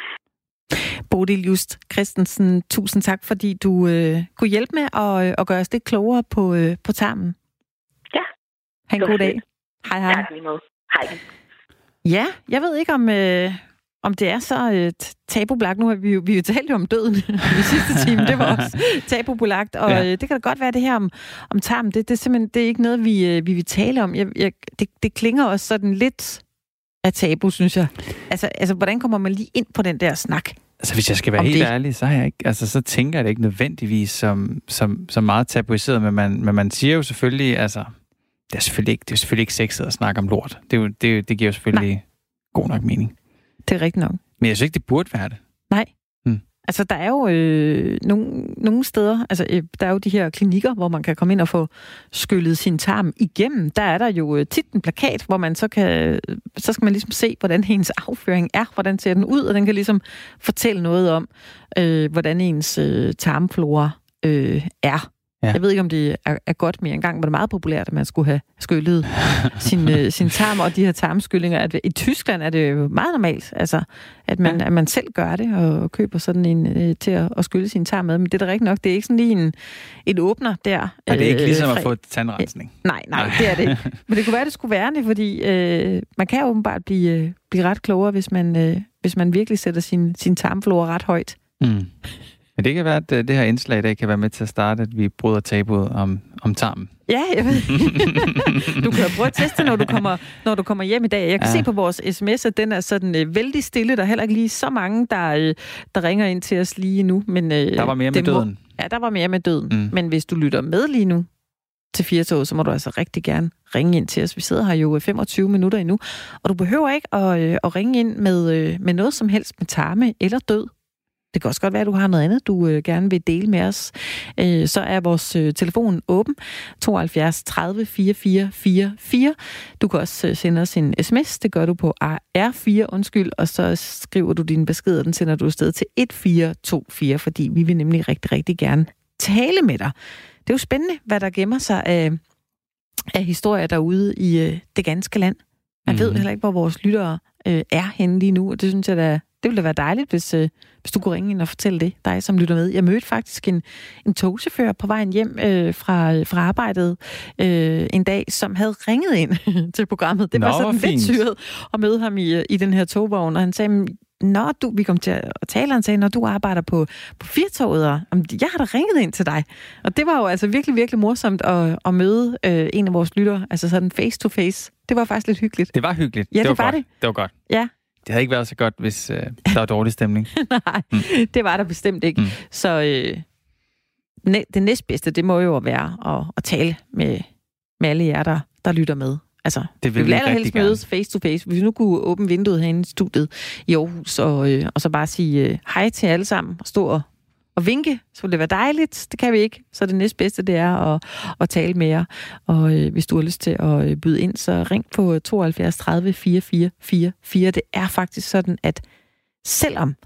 Bodil Just Christensen, tusind tak, fordi du øh, kunne hjælpe med at, at gøre os lidt klogere på, øh, på tarmen. Ja. Ha' en god dag. Hej, hej. Tak lige måde. Hej. Ja, jeg ved ikke om... Øh om det er så øh, tabubelagt. Nu har vi jo, vi jo talt om døden i sidste time. Det var også tabubelagt. Og ja. øh, det kan da godt være, det her om, om tarmen. Det, det er simpelthen det er ikke noget, vi, øh, vi vil tale om. Jeg, jeg, det, det klinger også sådan lidt af tabu, synes jeg. Altså, altså, hvordan kommer man lige ind på den der snak? Altså, hvis jeg skal være helt det. ærlig, så, har jeg ikke, altså, så tænker jeg det ikke nødvendigvis som, som, som meget tabuiseret, men man, men man siger jo selvfølgelig, altså, det er selvfølgelig ikke, det er selvfølgelig ikke sexet at snakke om lort. Det, er jo, det, det giver jo selvfølgelig Nej. god nok mening. Det er rigtigt nok. Men jeg synes ikke, det burde være det. Nej. Hmm. Altså, der er jo øh, nogle, nogle steder, altså, øh, der er jo de her klinikker, hvor man kan komme ind og få skyllet sin tarm igennem. Der er der jo øh, tit en plakat, hvor man så kan, så skal man ligesom se, hvordan ens afføring er, hvordan ser den ud, og den kan ligesom fortælle noget om, øh, hvordan ens øh, tarmflora øh, er. Ja. Jeg ved ikke, om det er, er godt, men engang var det meget populært, at man skulle have skyllet sin, øh, sin tarm, og de her tarmskyllinger. At i Tyskland er det jo meget normalt, altså, at, man, ja. at man selv gør det, og køber sådan en øh, til at, at skylle sin tarm med. Men det er da rigtigt nok, det er ikke sådan lige en, en åbner der. Og det er ikke ligesom øh, at få et tandrensning. Øh, nej, nej, nej, det er det ikke. Men det kunne være, det skulle være det, fordi øh, man kan åbenbart blive, øh, blive ret klogere, hvis man, øh, hvis man virkelig sætter sin, sin tarmflora ret højt. Mm. Men det kan være, at det her indslag i dag kan være med til at starte, at vi bryder tabuet om, om tarmen. Ja, jeg ved. Du kan jo prøve at teste, når du kommer, når du kommer hjem i dag. Jeg kan ja. se på vores sms, at den er sådan øh, vældig stille. Der er heller ikke lige så mange, der, øh, der ringer ind til os lige nu. Men, øh, der var mere med døden. Må, ja, der var mere med døden. Mm. Men hvis du lytter med lige nu til Firtoget, så må du altså rigtig gerne ringe ind til os. Vi sidder her jo femogtyve minutter endnu, og du behøver ikke at, øh, at ringe ind med, øh, med noget som helst med tarme eller død. Det kan også godt være, at du har noget andet, du øh, gerne vil dele med os. Øh, så er vores øh, telefon åben, tooghalvfjerds tredive fireogfyrre fireogfyrre. Du kan også øh, sende os en sms, det gør du på R fire, undskyld, og så skriver du din besked, og den sender du afsted til et fire to fire, fordi vi vil nemlig rigtig, rigtig gerne tale med dig. Det er jo spændende, hvad der gemmer sig af, af historier derude i øh, det ganske land. Man mm-hmm. ved heller ikke, hvor vores lyttere øh, er henne lige nu, og det synes jeg da, det ville da være dejligt, hvis, øh, hvis du kunne ringe ind og fortælle det, dig som lytter med. Jeg mødte faktisk en, en togchauffør på vejen hjem øh, fra, fra arbejdet øh, en dag, som havde ringet ind til programmet. Det Nå, var sådan lidt syret at møde ham i, i den her togvogn, og han sagde, når du, vi kom til at tale, han sagde, når du arbejder på, på Firtoget, og jeg har da ringet ind til dig. Og det var jo altså virkelig, virkelig morsomt at, at møde øh, en af vores lyttere, altså sådan face to face. Det var faktisk lidt hyggeligt. Det var hyggeligt. Ja, det, det var, var godt. det. Det var godt. Ja. Det havde ikke været så godt, hvis øh, der var dårlig stemning. Nej, mm. det var der bestemt ikke. Mm. Så øh, næ- det næstbedste, det må jo være at, at tale med, med alle jer, der, der lytter med. Altså, det vil vi vil allerhelst mødes face to face. Hvis vi nu kunne åbne vinduet herinde i studiet i Aarhus, og, øh, og så bare sige øh, hej til alle sammen, og stå og, og vinke, så ville det være dejligt. Det kan vi ikke. Så det næstbedste, det er at, at tale med jer. Og øh, hvis du har lyst til at øh, byde ind, så ring på tooghalvfjerds tredive fireogfyrre fireogfyrre. Det er faktisk sådan, at selvom,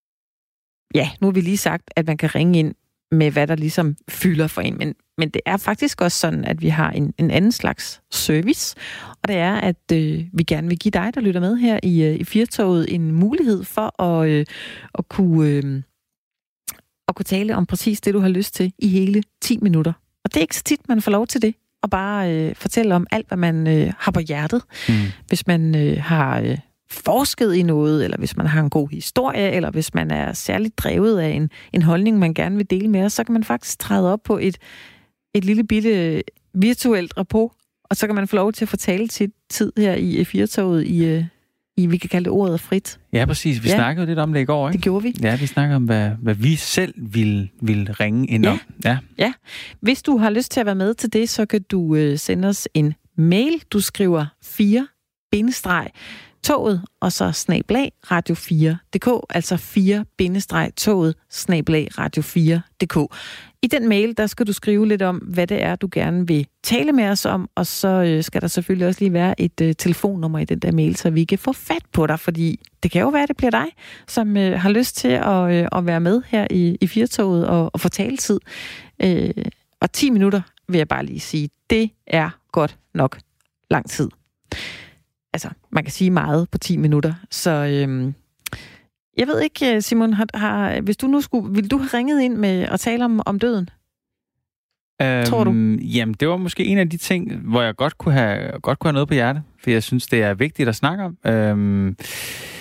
ja, nu har vi lige sagt, at man kan ringe ind med, hvad der ligesom fylder for en, men, men det er faktisk også sådan, at vi har en, en anden slags service, og det er, at øh, vi gerne vil give dig, der lytter med her i, øh, i Firtoget, en mulighed for at, øh, at kunne... Øh, og kunne tale om præcis det, du har lyst til i hele ti minutter. Og det er ikke så tit, man får lov til det, og bare øh, fortælle om alt, hvad man øh, har på hjertet. Mm. Hvis man øh, har øh, forsket i noget, eller hvis man har en god historie, eller hvis man er særligt drevet af en, en holdning, man gerne vil dele med os, så kan man faktisk træde op på et, et lille bitte virtuelt rapport, og så kan man få lov til at fortælle til tid her i Firtoget i... Øh, I, vi kan kalde det ordet frit. Ja, præcis. Vi ja. snakkede lidt om det i går, ikke? Det gjorde vi. Ja, vi snakker om, hvad, hvad vi selv vil, vil ringe ind ja. om. Ja. ja. Hvis du har lyst til at være med til det, så kan du øh, sende os en mail. Du skriver fire bindestreg toget, og så snablag radio fire punktum dk, altså fire bindestreg toget, snablag radio fire punktum dk. I den mail, der skal du skrive lidt om, hvad det er, du gerne vil tale med os om, og så øh, skal der selvfølgelig også lige være et øh, telefonnummer i den der mail, så vi kan få fat på dig, fordi det kan jo være, det bliver dig, som øh, har lyst til at, øh, at være med her i, i Firtoget og, og få taletid. Øh, og ti minutter, vil jeg bare lige sige, det er godt nok lang tid. Altså, man kan sige meget på ti minutter, så... Øh, Jeg ved ikke, Simon, har, har, hvis du nu skulle, ville du have ringet ind med at tale om, om døden? Øhm, Tror du? Jamen, det var måske en af de ting, hvor jeg godt kunne have, godt kunne have noget på hjertet, for jeg synes, det er vigtigt at snakke om. Øhm,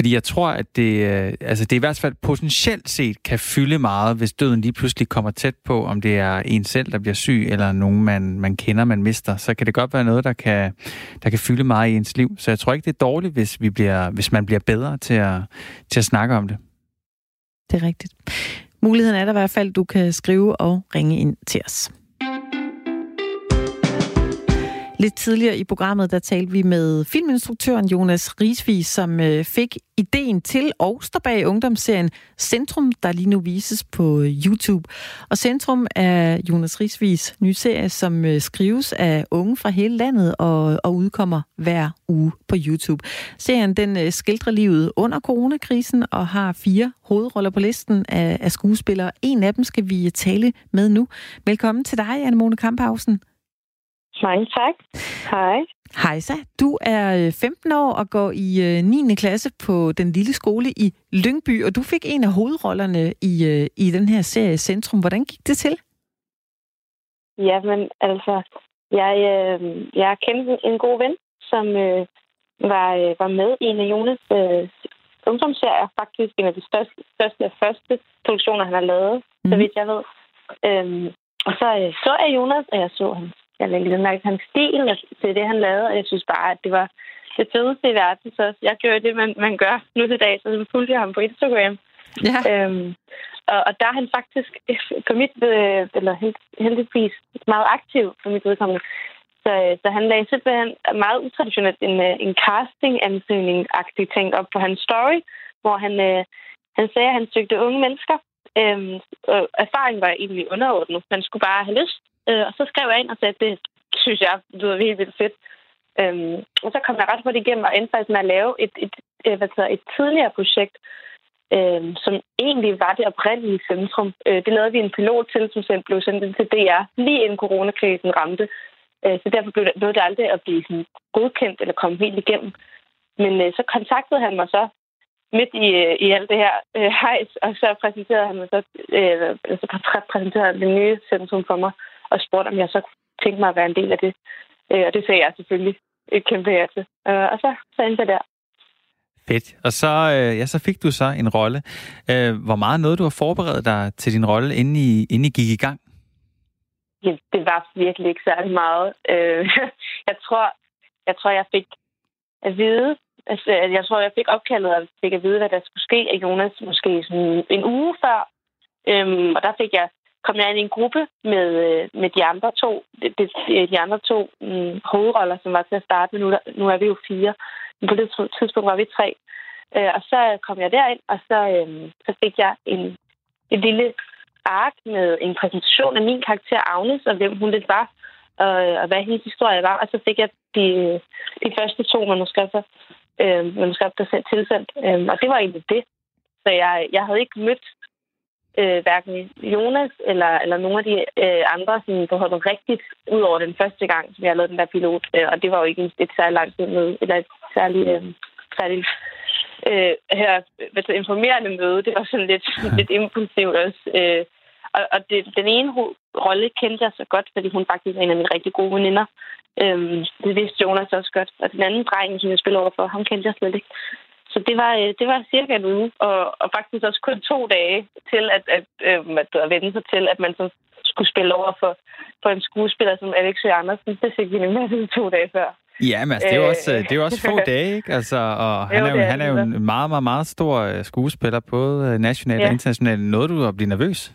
Fordi jeg tror, at det, altså det i hvert fald potentielt set kan fylde meget, hvis døden lige pludselig kommer tæt på, om det er en selv, der bliver syg, eller nogen, man, man kender, man mister. Så kan det godt være noget, der kan, der kan fylde meget i ens liv. Så jeg tror ikke, det er dårligt, hvis, vi bliver, hvis man bliver bedre til at, til at snakke om det. Det er rigtigt. Muligheden er der i hvert fald, du kan skrive og ringe ind til os. Lidt tidligere i programmet, der talte vi med filminstruktøren Jonas Risvig, som øh, fik ideen til og står bag ungdomsserien Centrum, der lige nu vises på YouTube. Og Centrum er Jonas Risvigs nye serie, som øh, skrives af unge fra hele landet og, og udkommer hver uge på YouTube. Serien den øh, skildrer livet under coronakrisen og har fire hovedroller på listen af, af skuespillere. En af dem skal vi tale med nu. Velkommen til dig, Anne-Mone Kamphausen. Mange tak. Hej. Hejsa. Du er femten år og går i niende klasse på den lille skole i Lyngby, og du fik en af hovedrollerne i, i den her serie Centrum. Hvordan gik det til? Jamen, altså, jeg, øh, jeg kendte en god ven, som øh, var, øh, var med i en af Jonas øh, ungdomsserier. Faktisk en af de største, største og første produktioner, han har lavet, mm. så vidt jeg ved. Øhm, og så øh, så jeg Jonas, og jeg så hans Jeg lægge mærke hans stil til det, han lavede, og jeg synes bare, at det var det fedeste i verden. Så jeg gjorde det, man, man gør nu til dag, så fulgte jeg ham på Instagram. Ja. Øhm, og, og der er han faktisk på mit, eller heldigvis meget aktiv på mit vedkommende. Så, så han lagde simpelthen meget utraditionelt en, en casting-ansøgning-agtig ting op på hans story, hvor han, han sagde, at han søgte unge mennesker. Øhm, og erfaringen var egentlig underordnet. Man skulle bare have lyst. Øh, og så skrev jeg ind og sagde, at det synes jeg lyder helt vildt fedt. Øhm, og så kom jeg ret hurtigt igennem og endte faktisk med at lave et, et, et, hvad hedder, et tidligere projekt, øh, som egentlig var det oprindelige Centrum. Øh, det lavede vi en pilot til, som selv blev sendt til D R, lige inden coronakrisen ramte. Øh, så derfor blev det, blev det aldrig at blive sådan godkendt eller komme helt igennem. Men øh, så kontaktede han mig så midt i, i alt det her øh, hejs, og så præsenterede han mig så, øh, så præsenterede det nye Centrum for mig, og spurgte, om jeg så tænkte mig at være en del af det. Øh, og det sagde jeg selvfølgelig et kæmpe ja til. Øh, og så, så endte jeg der. Fedt. Og så, øh, ja, så fik du så en rolle. Øh, hvor meget noget du har forberedt dig til din rolle, inden I, inden I gik i gang? Ja, det var virkelig ikke særlig meget. Øh, jeg tror, jeg tror, jeg fik at vide, altså, jeg tror, jeg fik opkaldet og fik at vide, hvad der skulle ske af Jonas måske sådan en uge før. Øhm, og der fik jeg kom jeg ind i en gruppe med, med de andre to, de, de andre to um, hovedroller, som var til at starte med. Nu, nu er vi jo fire. Men på det tidspunkt var vi tre. Øh, og så kom jeg derind, og så, øhm, så fik jeg en, en lille ark med en præsentation af min karakter Agnes, og hvem hun lidt var, og, og hvad hendes historie var. Og så fik jeg de, de første to manuskripter, øh, manuskripter tilsendt. Øh, og det var egentlig det. Så jeg, jeg havde ikke mødt øh, hverken Jonas eller, eller nogle af de øh, andre, som forholdt rigtigt ud over den første gang, som jeg lavede den der pilot. Øh, og det var jo ikke et, et særligt langt møde, eller et særligt, øh, særligt øh, her, hvad informerende møde. Det var sådan lidt, lidt impulsivt også. Øh, og og det, den ene rolle kendte jeg så godt, fordi hun faktisk er en af mine rigtig gode veninder. Øh, det vidste Jonas også godt. Og den anden dreng, som jeg spillede over for, ham kendte jeg slet ikke. Så det var, det var cirka en uge, og, og faktisk også kun to dage til at, at, at, at, at vende sig til, at man så skulle spille over for, for en skuespiller som Alex Andersen. Det fik vi nemlig to dage før. Ja, men altså, det er jo også, det er jo også få dage, ikke? Altså, og han, jo, er jo, han er jo en meget, meget, meget stor skuespiller, både nationalt ja. og internationalt. Nåede du at blive nervøs?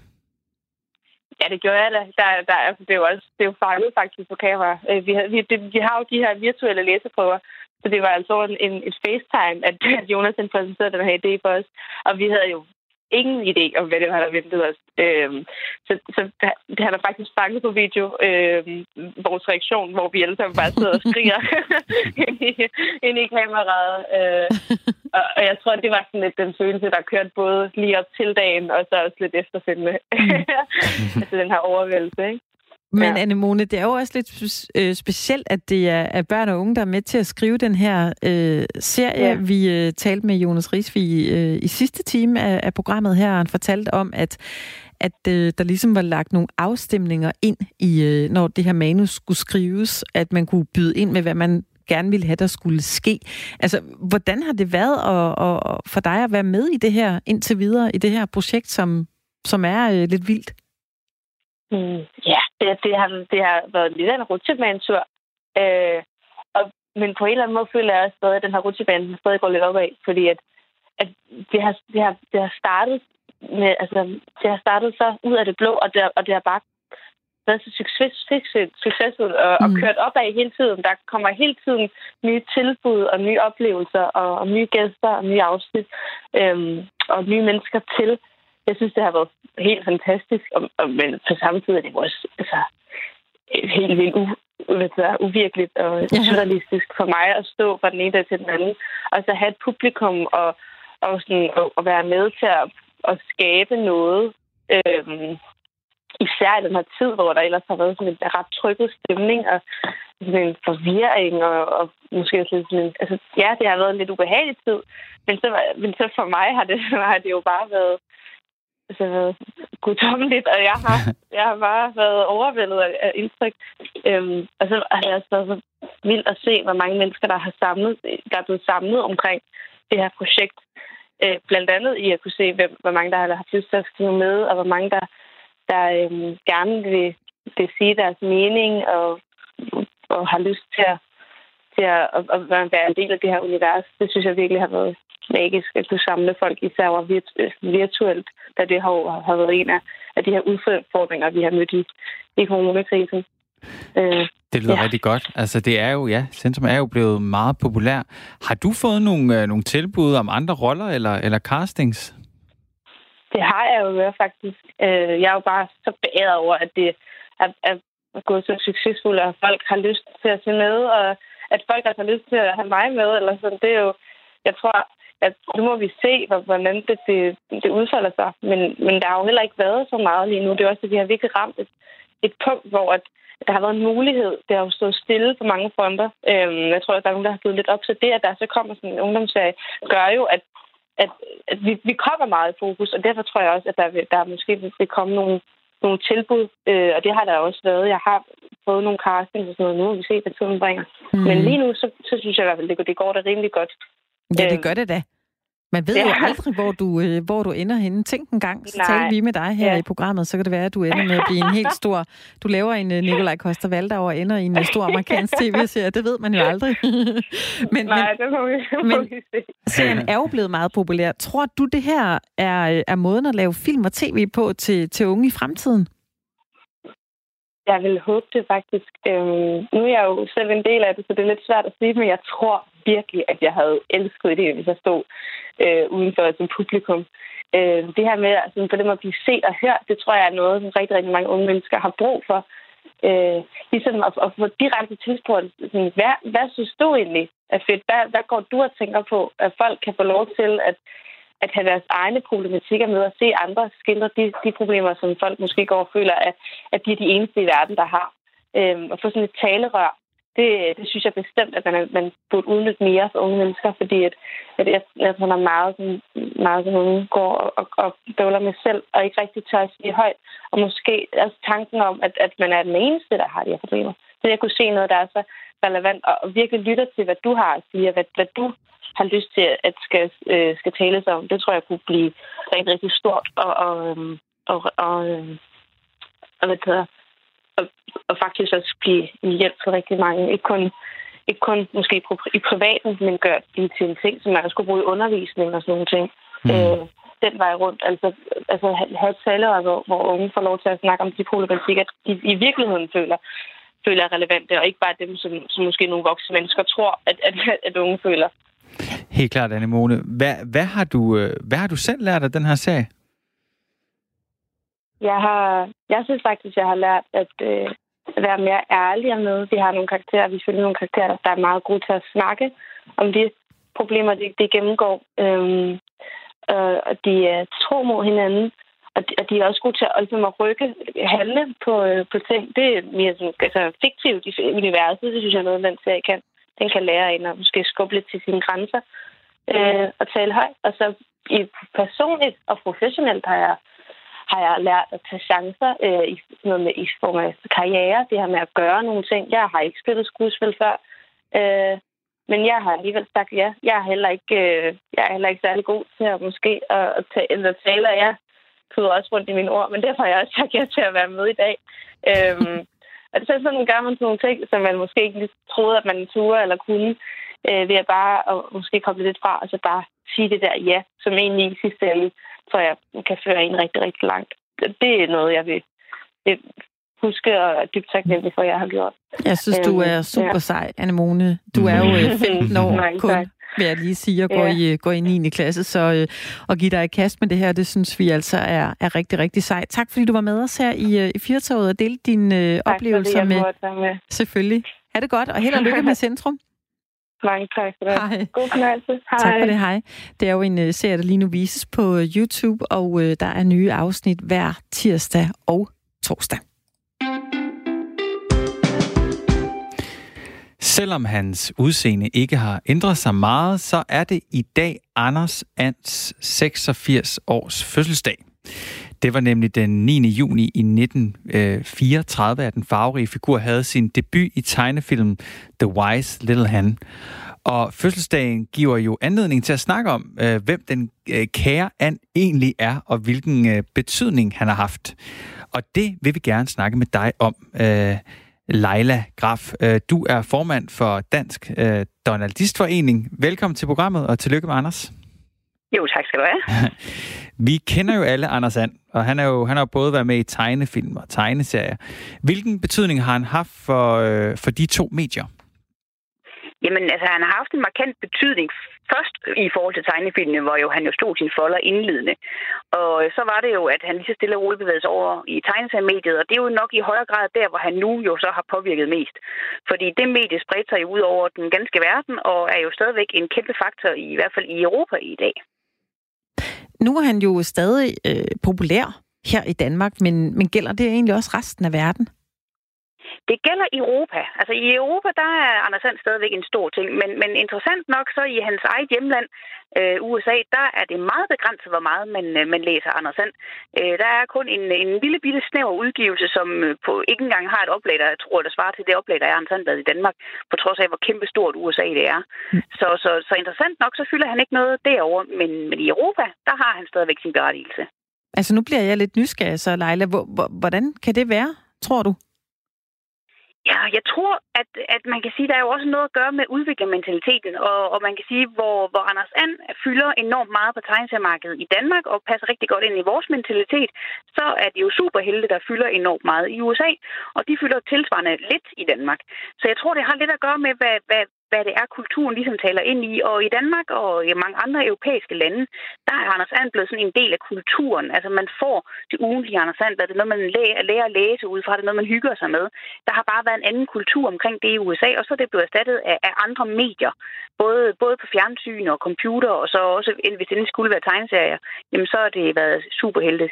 Ja, det gjorde jeg da. Der, der, det er jo også det er jo fanget faktisk på kamera. Vi har, vi, det, vi har jo de her virtuelle læseprøver, så det var altså en, en, et FaceTime, at Jonas præsenterede den her idé for os. Og vi havde jo ingen idé om, hvad det var, der ventede os. Øhm, så, så det han har faktisk fanget på video øhm, vores reaktion, hvor vi alle sammen bare sidder og skriger ind, i, ind i kameraet. Øh, og, og jeg tror, det var sådan lidt den følelse, der kørte både lige op til dagen, og så også lidt efterfølgende. Altså den her overvældelse, ikke? Men ja. Anne-Mone, det er jo også lidt øh, specielt, at det er, er børn og unge, der er med til at skrive den her øh, serie. Ja. Vi øh, talte med Jonas Risvig øh, i sidste time af, af programmet her, og han fortalte om, at, at øh, der ligesom var lagt nogle afstemninger ind, i, øh, når det her manus skulle skrives, at man kunne byde ind med, hvad man gerne ville have, der skulle ske. Altså, hvordan har det været at, at, for dig at være med i det her indtil videre, i det her projekt, som, som er øh, lidt vildt? Mm, ja, det, det, har, det har været lidt af en rutsjebanetur. Øh, og, men på en eller anden måde føler jeg også stadig, at den her rutsjebane stadig går lidt opad, fordi at, at det, har, det, har, det har startet med, altså, det har startet så ud af det blå, og det, og det har bare været så succes, succes, succesfuldt og, mm. og kørt opad hele tiden. Der kommer hele tiden nye tilbud og nye oplevelser og, og nye gæster og nye afsnit øhm, og nye mennesker til. Jeg synes, det har været helt fantastisk, og, og, men på samme tid er det også altså, helt vildt u, u, uvirkeligt og ja. surrealistisk for mig at stå fra den ene dag til den anden, og så have et publikum og, og, sådan, og, og være med til at, at skabe noget, øhm, især i den her tid, hvor der ellers har været sådan en ret trykket stemning og sådan en forvirring, og, og måske også lidt sådan en, altså, ja, det har været en lidt ubehagelig tid, men så, men så for mig har det, har det jo bare været altså, guddommeligt, og jeg har, jeg har bare været overvældet af, af indtryk. Øhm, og så har det også været så vildt at se, hvor mange mennesker, der har samlet, der er blevet samlet omkring det her projekt. Øh, blandt andet i at kunne se, hvem, hvor mange der har haft lyst til at skrive med, og hvor mange der der øhm, gerne vil, vil sige deres mening og, og har lyst til at, til at, at, at være en del af det her univers. Det synes jeg virkelig har været magisk, at kunne samle folk, især virtu- virtuelt, da det har, har været en af, af de her udfordringer, vi har mødt i, i coronakrisen. Øh, det lyder ja. rigtig godt. Altså, det er jo, ja, Centrum er jo blevet meget populær. Har du fået nogle, øh, nogle tilbud om andre roller eller, eller castings? Det har jeg jo været, faktisk. Jeg er jo bare så beæret over, at det er, er gået så succesfuldt, og folk har lyst til at se med, og at folk også har lyst til at have mig med. Eller sådan. Det er jo, jeg tror, at nu må vi se, hvordan det, det, det udfolder sig. Men, men der har jo heller ikke været så meget lige nu. Det er også, at vi har virkelig ramt et, et punkt, hvor at der har været en mulighed. Det har jo stået stille på mange fronter. Jeg tror, at der er nogen, der har givet lidt op til det, at der så kommer sådan en ungdomsserie, gør jo, at at, at vi, vi kommer meget i fokus, og derfor tror jeg også, at der, vil, der måske vil komme nogle, nogle tilbud, øh, og det har der også været. Jeg har fået nogle castings og sådan noget nu, og vi ser, hvad tiden bringer. Mm. Men lige nu, så, så synes jeg i hvert fald, det, det går da rimelig godt. Ja, det gør det da. Man ved ja. jo aldrig, hvor du, øh, hvor du ender henne. Tænk en gang, så taler vi med dig her ja. i programmet, så kan det være, at du ender med at blive en helt stor... Du laver en uh, Nikolaj Coster-Waldau og ender i en uh, stor amerikansk tv-serie. Det ved man jo aldrig. men, Nej, men, det må vi, må vi se. Serien er jo blevet meget populær. Tror du, det her er, er måden at lave film og tv på til, til unge i fremtiden? Jeg vil håbe det faktisk. Øhm, nu er jeg jo selv en del af det, så det er lidt svært at sige, men jeg tror virkelig, at jeg havde elsket det, hvis jeg stod øh, udenfor som publikum. Øh, det her med altså, for dem at blive set og hørt, det tror jeg er noget, som rigtig, rigtig mange unge mennesker har brug for. Øh, ligesom at, at få direkte tilspurgt, sådan, hvad, hvad synes du egentlig er fedt? Hvad, hvad går du og tænker på, at folk kan få lov til at at have deres egne problematikker med, at se andre skildre de, de problemer, som folk måske går og føler, at, at de er de eneste i verden, der har. Øhm, og få sådan et talerør, det, det synes jeg bestemt, at man, man burde udnytte mere for unge mennesker, fordi at, at jeg, jeg tror, der er meget, meget som unge går og, og, og bøvler med selv, og ikke rigtig tør at sige højt. Og måske også tanken om, at, at man er den eneste, der har de her problemer. Så jeg kunne se noget, der er så relevant, og, og virkelig lytter til, hvad du har at sige, og hvad, hvad du har lyst til, at skal, øh, skal tales om. Det tror jeg kunne blive rigtig, rigtig stort, og, og, og, og, og, hvad hedder, og, og faktisk også blive en hjælp for rigtig mange. Ikke kun, ikke kun måske i privaten, men gør det til en ting, som man skulle bruge i undervisning og sådan nogle ting. Mm. Øh, den vej rundt. Altså, altså have et talerør, hvor, hvor unge får lov til at snakke om de problematikker, de i virkeligheden føler, føler er relevante, og ikke bare dem, som, som måske nogle voksne mennesker tror, at, at, at unge føler. Helt klart, Anemone. Hvad, hvad, har du, hvad har du selv lært af den her serie? Jeg har, jeg synes faktisk, jeg har lært at, øh, at være mere ærlig med. Vi har nogle karakterer, vi følger nogle karakterer, der er meget gode til at snakke om de problemer, de, de gennemgår. Øhm, øh, og de er tro mod hinanden. Og de, og de er også gode til at, altså, at rykke, handle på, øh, på ting. Det er mere sådan, altså, fiktivt i universet. Det synes jeg er noget, den serie kan. Den kan lære en at måske skubbe lidt til sine grænser øh, og tale højt. Og så i personligt og professionelt har jeg, har jeg lært at tage chancer øh, i noget med i form af karriere. Det her med at gøre nogle ting. Jeg har ikke spillet skuespil før. Øh, men jeg har alligevel sagt ja. Jeg er heller ikke, øh, jeg er heller ikke særlig god til at måske at, at tale, at tale, og jeg puder også rundt i mine ord, men derfor har jeg også sagt ja til at være med i dag. Øhm, og det er sådan, gør man sådan nogle ting, som man måske ikke lige troede, at man turde eller kunne, øh, ved at bare at måske koble lidt fra, og så bare sige det der ja, som egentlig i sidste ende, så jeg kan føre en rigtig, rigtig langt. Det er noget, jeg vil, vil huske og er dybt taknemmelig for, at jeg har gjort. Jeg synes, du er super ja. sej, Anemone. Du er jo femten år kun, vil jeg lige sige, og går, ja. i, går i niende klasse, så øh, at give dig et kast med det her, det synes vi altså er, er rigtig, rigtig sejt. Tak, fordi du var med os her i, i Firtoget og delte dine øh, oplevelser med. med. Selvfølgelig. Ha' det godt, og held og lykke med Centrum. Mange tak for det. Hej. God fornøjelse. Hej. Tak for det, hej. Det er jo en uh, serie, der lige nu vises på uh, YouTube, og uh, der er nye afsnit hver tirsdag og torsdag. Selvom hans udseende ikke har ændret sig meget, så er det i dag Anders Ands seksogfirs års fødselsdag. Det var nemlig den niende juni i nitten fireogtredive, at den farverige figur havde sin debut i tegnefilmen The Wise Little Hen. Og fødselsdagen giver jo anledning til at snakke om, øh, hvem den øh, kære And egentlig er, og hvilken øh, betydning han har haft. Og det vil vi gerne snakke med dig om, øh, Leila Graf. Øh, du er formand for Dansk øh, Donaldistforening. Velkommen til programmet, og tillykke med Anders. Jo, tak skal du have. Vi kender jo alle Anders And, og han, er jo, han har jo både været med i tegnefilm og tegneserier. Hvilken betydning har han haft for, øh, for de to medier? Jamen, altså, han har haft en markant betydning først i forhold til tegnefilmene, hvor jo han jo stod sin folder indledende. Og så var det jo, at han lige så stille og roligt bevægede sig over i tegneseriemediet, og det er jo nok i højere grad der, hvor han nu jo så har påvirket mest. Fordi det medie spredte sig jo ud over den ganske verden, og er jo stadigvæk en kæmpe faktor, i, i hvert fald i Europa i dag. Nu er han jo stadig øh, populær her i Danmark, men, men gælder det egentlig også resten af verden? Det gælder i Europa. Altså i Europa, der er Anders And stadigvæk en stor ting, men, men interessant nok så i hans eget hjemland, øh, U S A, der er det meget begrænset, hvor meget man, man læser Anders And. Øh, der er kun en, en lille bitte snæver udgivelse, som på ikke engang har et oplag, der jeg tror, der svarer til det oplag, der er Anders And i Danmark, på trods af, hvor kæmpe stort U S A det er. Mm. Så, så, så interessant nok, så fylder han ikke noget derovre, men, men i Europa, der har han stadigvæk sin berettigelse. Altså nu bliver jeg lidt nysgerrig, så Leila. Hvordan kan det være, tror du? Ja, jeg tror, at, at man kan sige, at der er jo også noget at gøre med udviklermentaliteten, og, og man kan sige, hvor, hvor Anders And fylder enormt meget på tegneseriemarkedet i Danmark og passer rigtig godt ind i vores mentalitet, så er det jo superhelte, der fylder enormt meget i U S A, og de fylder tilsvarende lidt i Danmark. Så jeg tror, det har lidt at gøre med, hvad, hvad, hvad det er, kulturen ligesom taler ind i. Og i Danmark og i mange andre europæiske lande, der er Anders And blevet sådan en del af kulturen. Altså man får det ugentlige Anders And, det er noget, man lærer, lærer at læse ud fra, det er noget, man hygger sig med. Der har bare været en anden kultur omkring det i U S A, og så er det blevet erstattet af, af andre medier. Både, både på fjernsyn og computer, og så også, hvis det skulle være tegneserier, jamen så har det været superhelte.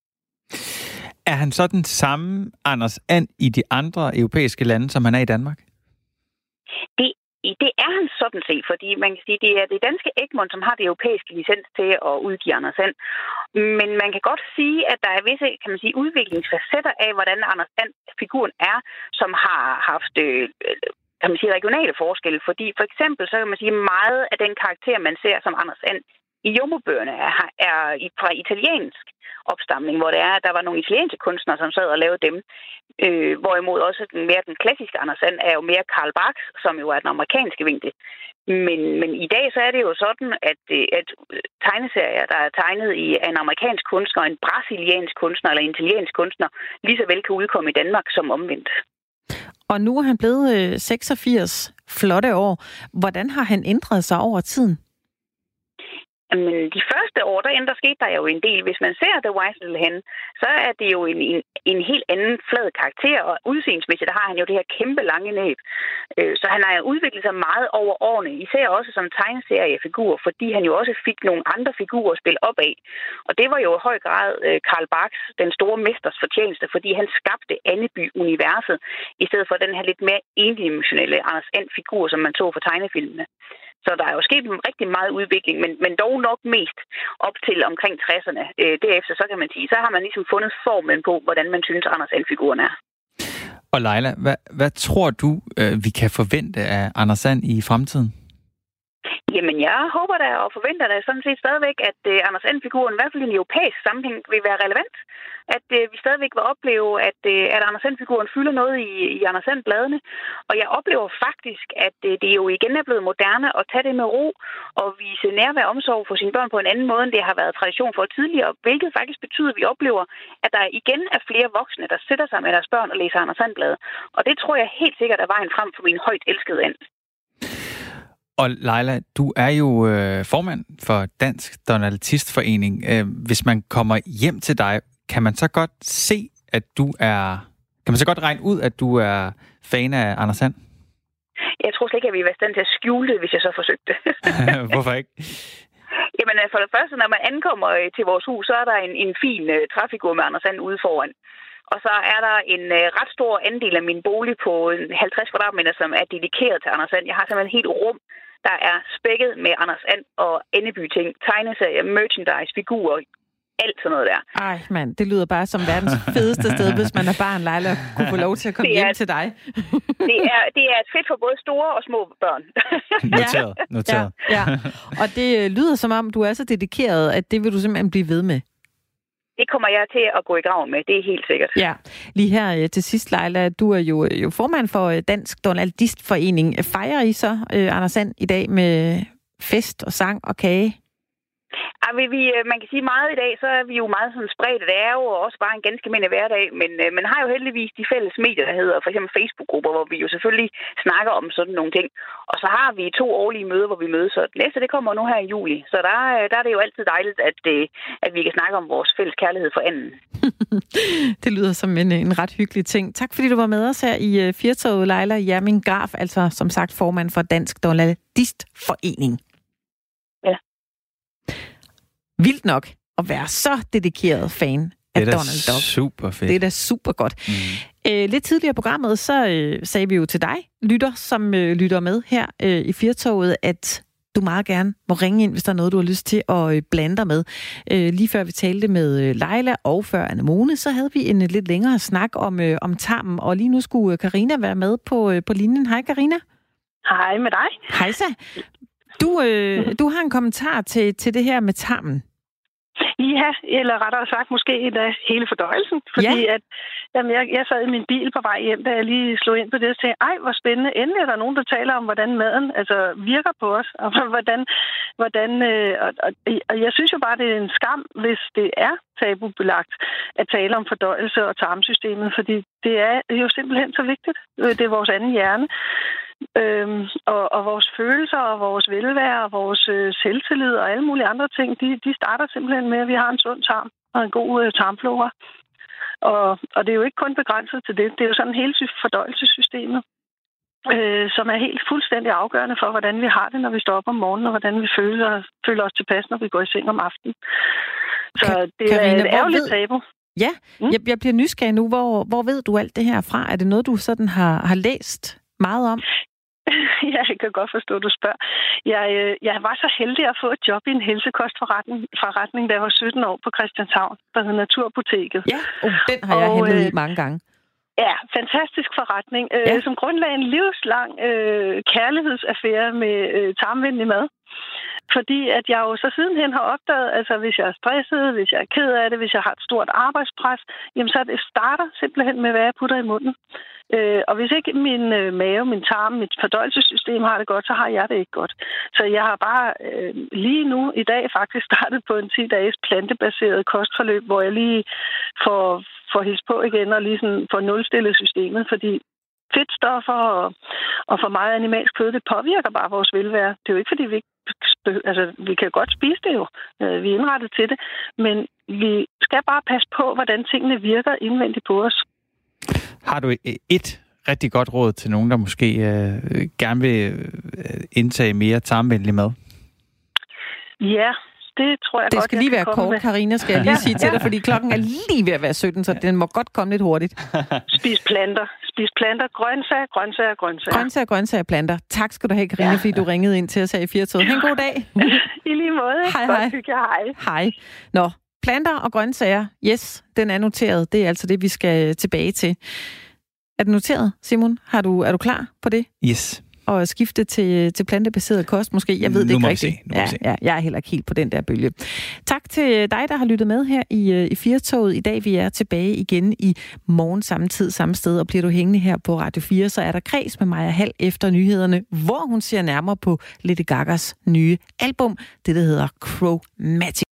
Er han så den samme Anders And i de andre europæiske lande, som han er i Danmark? Det Det er han sådan set, fordi man kan sige, det er det danske Egmont, som har det europæiske licens til at udgive Anders And. Men man kan godt sige, at der er visse, kan man sige, udviklingsfacetter af, hvordan Anders And-figuren er, som har haft øh, kan man sige, regionale forskelle. Fordi for eksempel, så kan man sige, meget af den karakter, man ser som Anders And i Jumbo-bøgerne, er, er fra italiensk opstamning, hvor det er, der var nogle italienske kunstnere, som sad og lavede dem. Øh, hvorimod også den mere den klassiske Anders And er jo mere Carl Barks, som jo er den amerikanske vinkel. Men, men i dag så er det jo sådan, at, at tegneserier, der er tegnet i en amerikansk kunstner, en brasiliansk kunstner eller en italiensk kunstner, lige så vel kan udkomme i Danmark som omvendt. Og nu er han blevet øh, seksogfirs flotte år. Hvordan har han ændret sig over tiden? Men de første år, der ændrer skete der jo en del. Hvis man ser The Wise Little Hen, så er det jo en, en, en helt anden flad karakter, og udseendemæssigt, der har han jo det her kæmpe lange næb. Så han har udviklet sig meget over årene, især også som tegneseriefigur, fordi han jo også fik nogle andre figurer at spille op af. Og det var jo i høj grad Carl Barks, den store mesters fortjeneste, fordi han skabte Anneby-universet, i stedet for den her lidt mere endimensionelle Anders And-figur, som man så for tegnefilmene. Så der er jo sket rigtig meget udvikling, men, men dog nok mest op til omkring tresserne. Øh, derefter, så kan man sige, så har man ligesom fundet formen på, hvordan man synes, Anders And-figuren er. Og Leila, hvad, hvad tror du, øh, vi kan forvente af Anders And i fremtiden? Jamen, jeg håber da og forventer da sådan set stadigvæk, at uh, Anders And-figuren, i hvert fald i en europæisk sammenhæng, vil være relevant. At uh, vi stadigvæk vil opleve, at, uh, at Anders And-figuren fylder noget i, i Anders And-bladene. Og jeg oplever faktisk, at uh, det jo igen er blevet moderne at tage det med ro og vise nærvær og omsorg for sine børn på en anden måde, end det har været tradition for tidligere. Hvilket faktisk betyder, at vi oplever, at der igen er flere voksne, der sætter sig med deres børn og læser Anders And-blade. Og det tror jeg helt sikkert er vejen frem for min højt elskede And. Og Leila, du er jo øh, formand for Dansk Donaldistforening. Øh, hvis man kommer hjem til dig, kan man så godt se, at du er... Kan man så godt regne ud, at du er fan af Anders And? Jeg tror slet ikke, at vi vil være i stand til at skjule det, hvis jeg så forsøgte. Hvorfor ikke? Jamen, for det første, når man ankommer til vores hus, så er der en, en fin uh, træfigur med Anders And ude foran. Og så er der en uh, ret stor andel af min bolig på halvtreds kvadratmeter, som er dedikeret til Anders And. Jeg har simpelthen et helt rum, der er spækket med Anders And og Anneby-ting, tegneserier, merchandise, figurer, alt sådan noget der. Ej, mand, det lyder bare som verdens fedeste sted, hvis man er barn, Leila, kunne få lov til at komme hjem til dig. det, er, det er et fedt for både store og små børn. Noteret, noteret. Ja, ja. Og det lyder som om, du er så dedikeret, at det vil du simpelthen blive ved med. Det kommer jeg til at gå i graven med, det er helt sikkert. Ja, lige her til sidst, Leila, du er jo, jo formand for Dansk Donaldistforening. Fejrer I så uh, Anders And i dag med fest og sang og kage? Ja, vi, vi, man kan sige meget i dag, så er vi jo meget sådan spredt. Det er jo også bare en ganske almindelig hverdag, men øh, man har jo heldigvis de fælles medier, der hedder for eksempel Facebook-grupper, hvor vi jo selvfølgelig snakker om sådan nogle ting. Og så har vi to årlige møder, hvor vi mødes, så det næste det kommer nu her i juli. Så der, der er det jo altid dejligt, at, at vi kan snakke om vores fælles kærlighed for anden. Det lyder som en, en ret hyggelig ting. Tak fordi du var med os her i uh, Firtoget, Leila Hjerming Graf, altså som sagt formand for Dansk Donaldistforening. Ja. Vildt nok at være så dedikeret fan af Donald Duck. Super fedt. Det er da super godt. Mm. Æ, lidt tidligere i programmet, så øh, sagde vi jo til dig, lytter, som øh, lytter med her øh, i Firtoget, at du meget gerne må ringe ind, hvis der er noget, du har lyst til at øh, blande dig med. Æ, lige før vi talte med øh, Leila og før Anemone, så havde vi en øh, lidt længere snak om, øh, om tarmen, og lige nu skulle Karina være med på, øh, på linjen. Hej Karina. Hej med dig. Hej så. Du, øh, du har en kommentar til, til det her med tarmen. Ja, eller rettere sagt måske endda hele fordøjelsen. Fordi ja. at, jamen, jeg, jeg sad i min bil på vej hjem, da jeg lige slog ind på det, og tænkte, ej, hvor spændende. Endelig er der nogen, der taler om, hvordan maden altså, virker på os. Og, hvordan, hvordan, øh, og, og, og jeg synes jo bare, det er en skam, hvis det er tabubelagt at tale om fordøjelse og tarmsystemet. Fordi det er jo simpelthen så vigtigt. Det er vores anden hjerne. Øhm, og, og vores følelser og vores velvære og vores øh, selvtillid og alle mulige andre ting, de, de starter simpelthen med, at vi har en sund tarm og en god øh, tarmflora. Og, og det er jo ikke kun begrænset til det. Det er jo sådan hele fordøjelsessystemet, øh, som er helt fuldstændig afgørende for, hvordan vi har det, når vi står op om morgenen, og hvordan vi føler, føler os tilpas, når vi går i seng om aftenen. Så kan, det er et ærgerligt tabu. Ja, mm? jeg, jeg bliver nysgerrig nu. Hvor, hvor ved du alt det her fra? Er det noget, du sådan har, har læst meget om? Ja, jeg kan godt forstå, at du spørger. Jeg, jeg var så heldig at få et job i en helsekostforretning, forretning, da jeg var sytten år på Christianshavn, der hedder Naturboteket. Ja, oh, den har jeg og, hentet i mange gange. Ja, fantastisk forretning, ja. øh, som grundlagde en livslang øh, kærlighedsaffære med øh, tarmvenlig mad. Fordi at jeg jo så sidenhen har opdaget, altså hvis jeg er stresset, hvis jeg er ked af det, hvis jeg har et stort arbejdspres, jamen så det starter simpelthen med, hvad jeg putter i munden. Øh, og hvis ikke min øh, mave, min tarm, mit fordøjelsessystem har det godt, så har jeg det ikke godt. Så jeg har bare øh, lige nu i dag faktisk startet på en ti-dages plantebaseret kostforløb, hvor jeg lige får, får hils på igen og lige sådan får nulstillet systemet, fordi fedtstoffer og, og for meget animalsk kød, det påvirker bare vores velvære. Det er jo ikke, fordi vi ikke altså, vi kan godt spise det jo. Vi er indrettet til det. Men vi skal bare passe på, hvordan tingene virker indvendigt på os. Har du et rigtig godt råd til nogen, der måske øh, gerne vil indtage mere tarmvenlig mad? Ja, det tror jeg det godt, skal lige være kort, med. Karina, skal jeg lige sige til dig, fordi klokken er lige ved at være sytten, så den må godt komme lidt hurtigt. Spis planter. Spis planter, grøntsager, grøntsager, grøntsager. Grøntsager, grøntsager, planter. Tak skal du have, Karina, ja. fordi du ringede ind til os her i Firtoget. Ha' en god dag. I lige måde. Hej, godt hej. Hygge, hej. Hej. Nå, planter og grøntsager. Yes, den er noteret. Det er altså det, vi skal tilbage til. Er det noteret, Simon? Har du, er du klar på det? Yes. Og skifte til, til plantebaseret kost måske? Jeg ved det nu ikke må rigtigt. Vi se. Nu må ja, vi se. ja, jeg er heller ikke helt på den der bølge. Tak til dig, der har lyttet med her i, i Firtoget i dag. Vi er tilbage igen i morgen samme tid, samme sted. Og bliver du hængende her på Radio fire, så er der Kreds med Maja Hall efter nyhederne, hvor hun ser nærmere på Lady Gagas nye album. Det, der hedder Chromatic.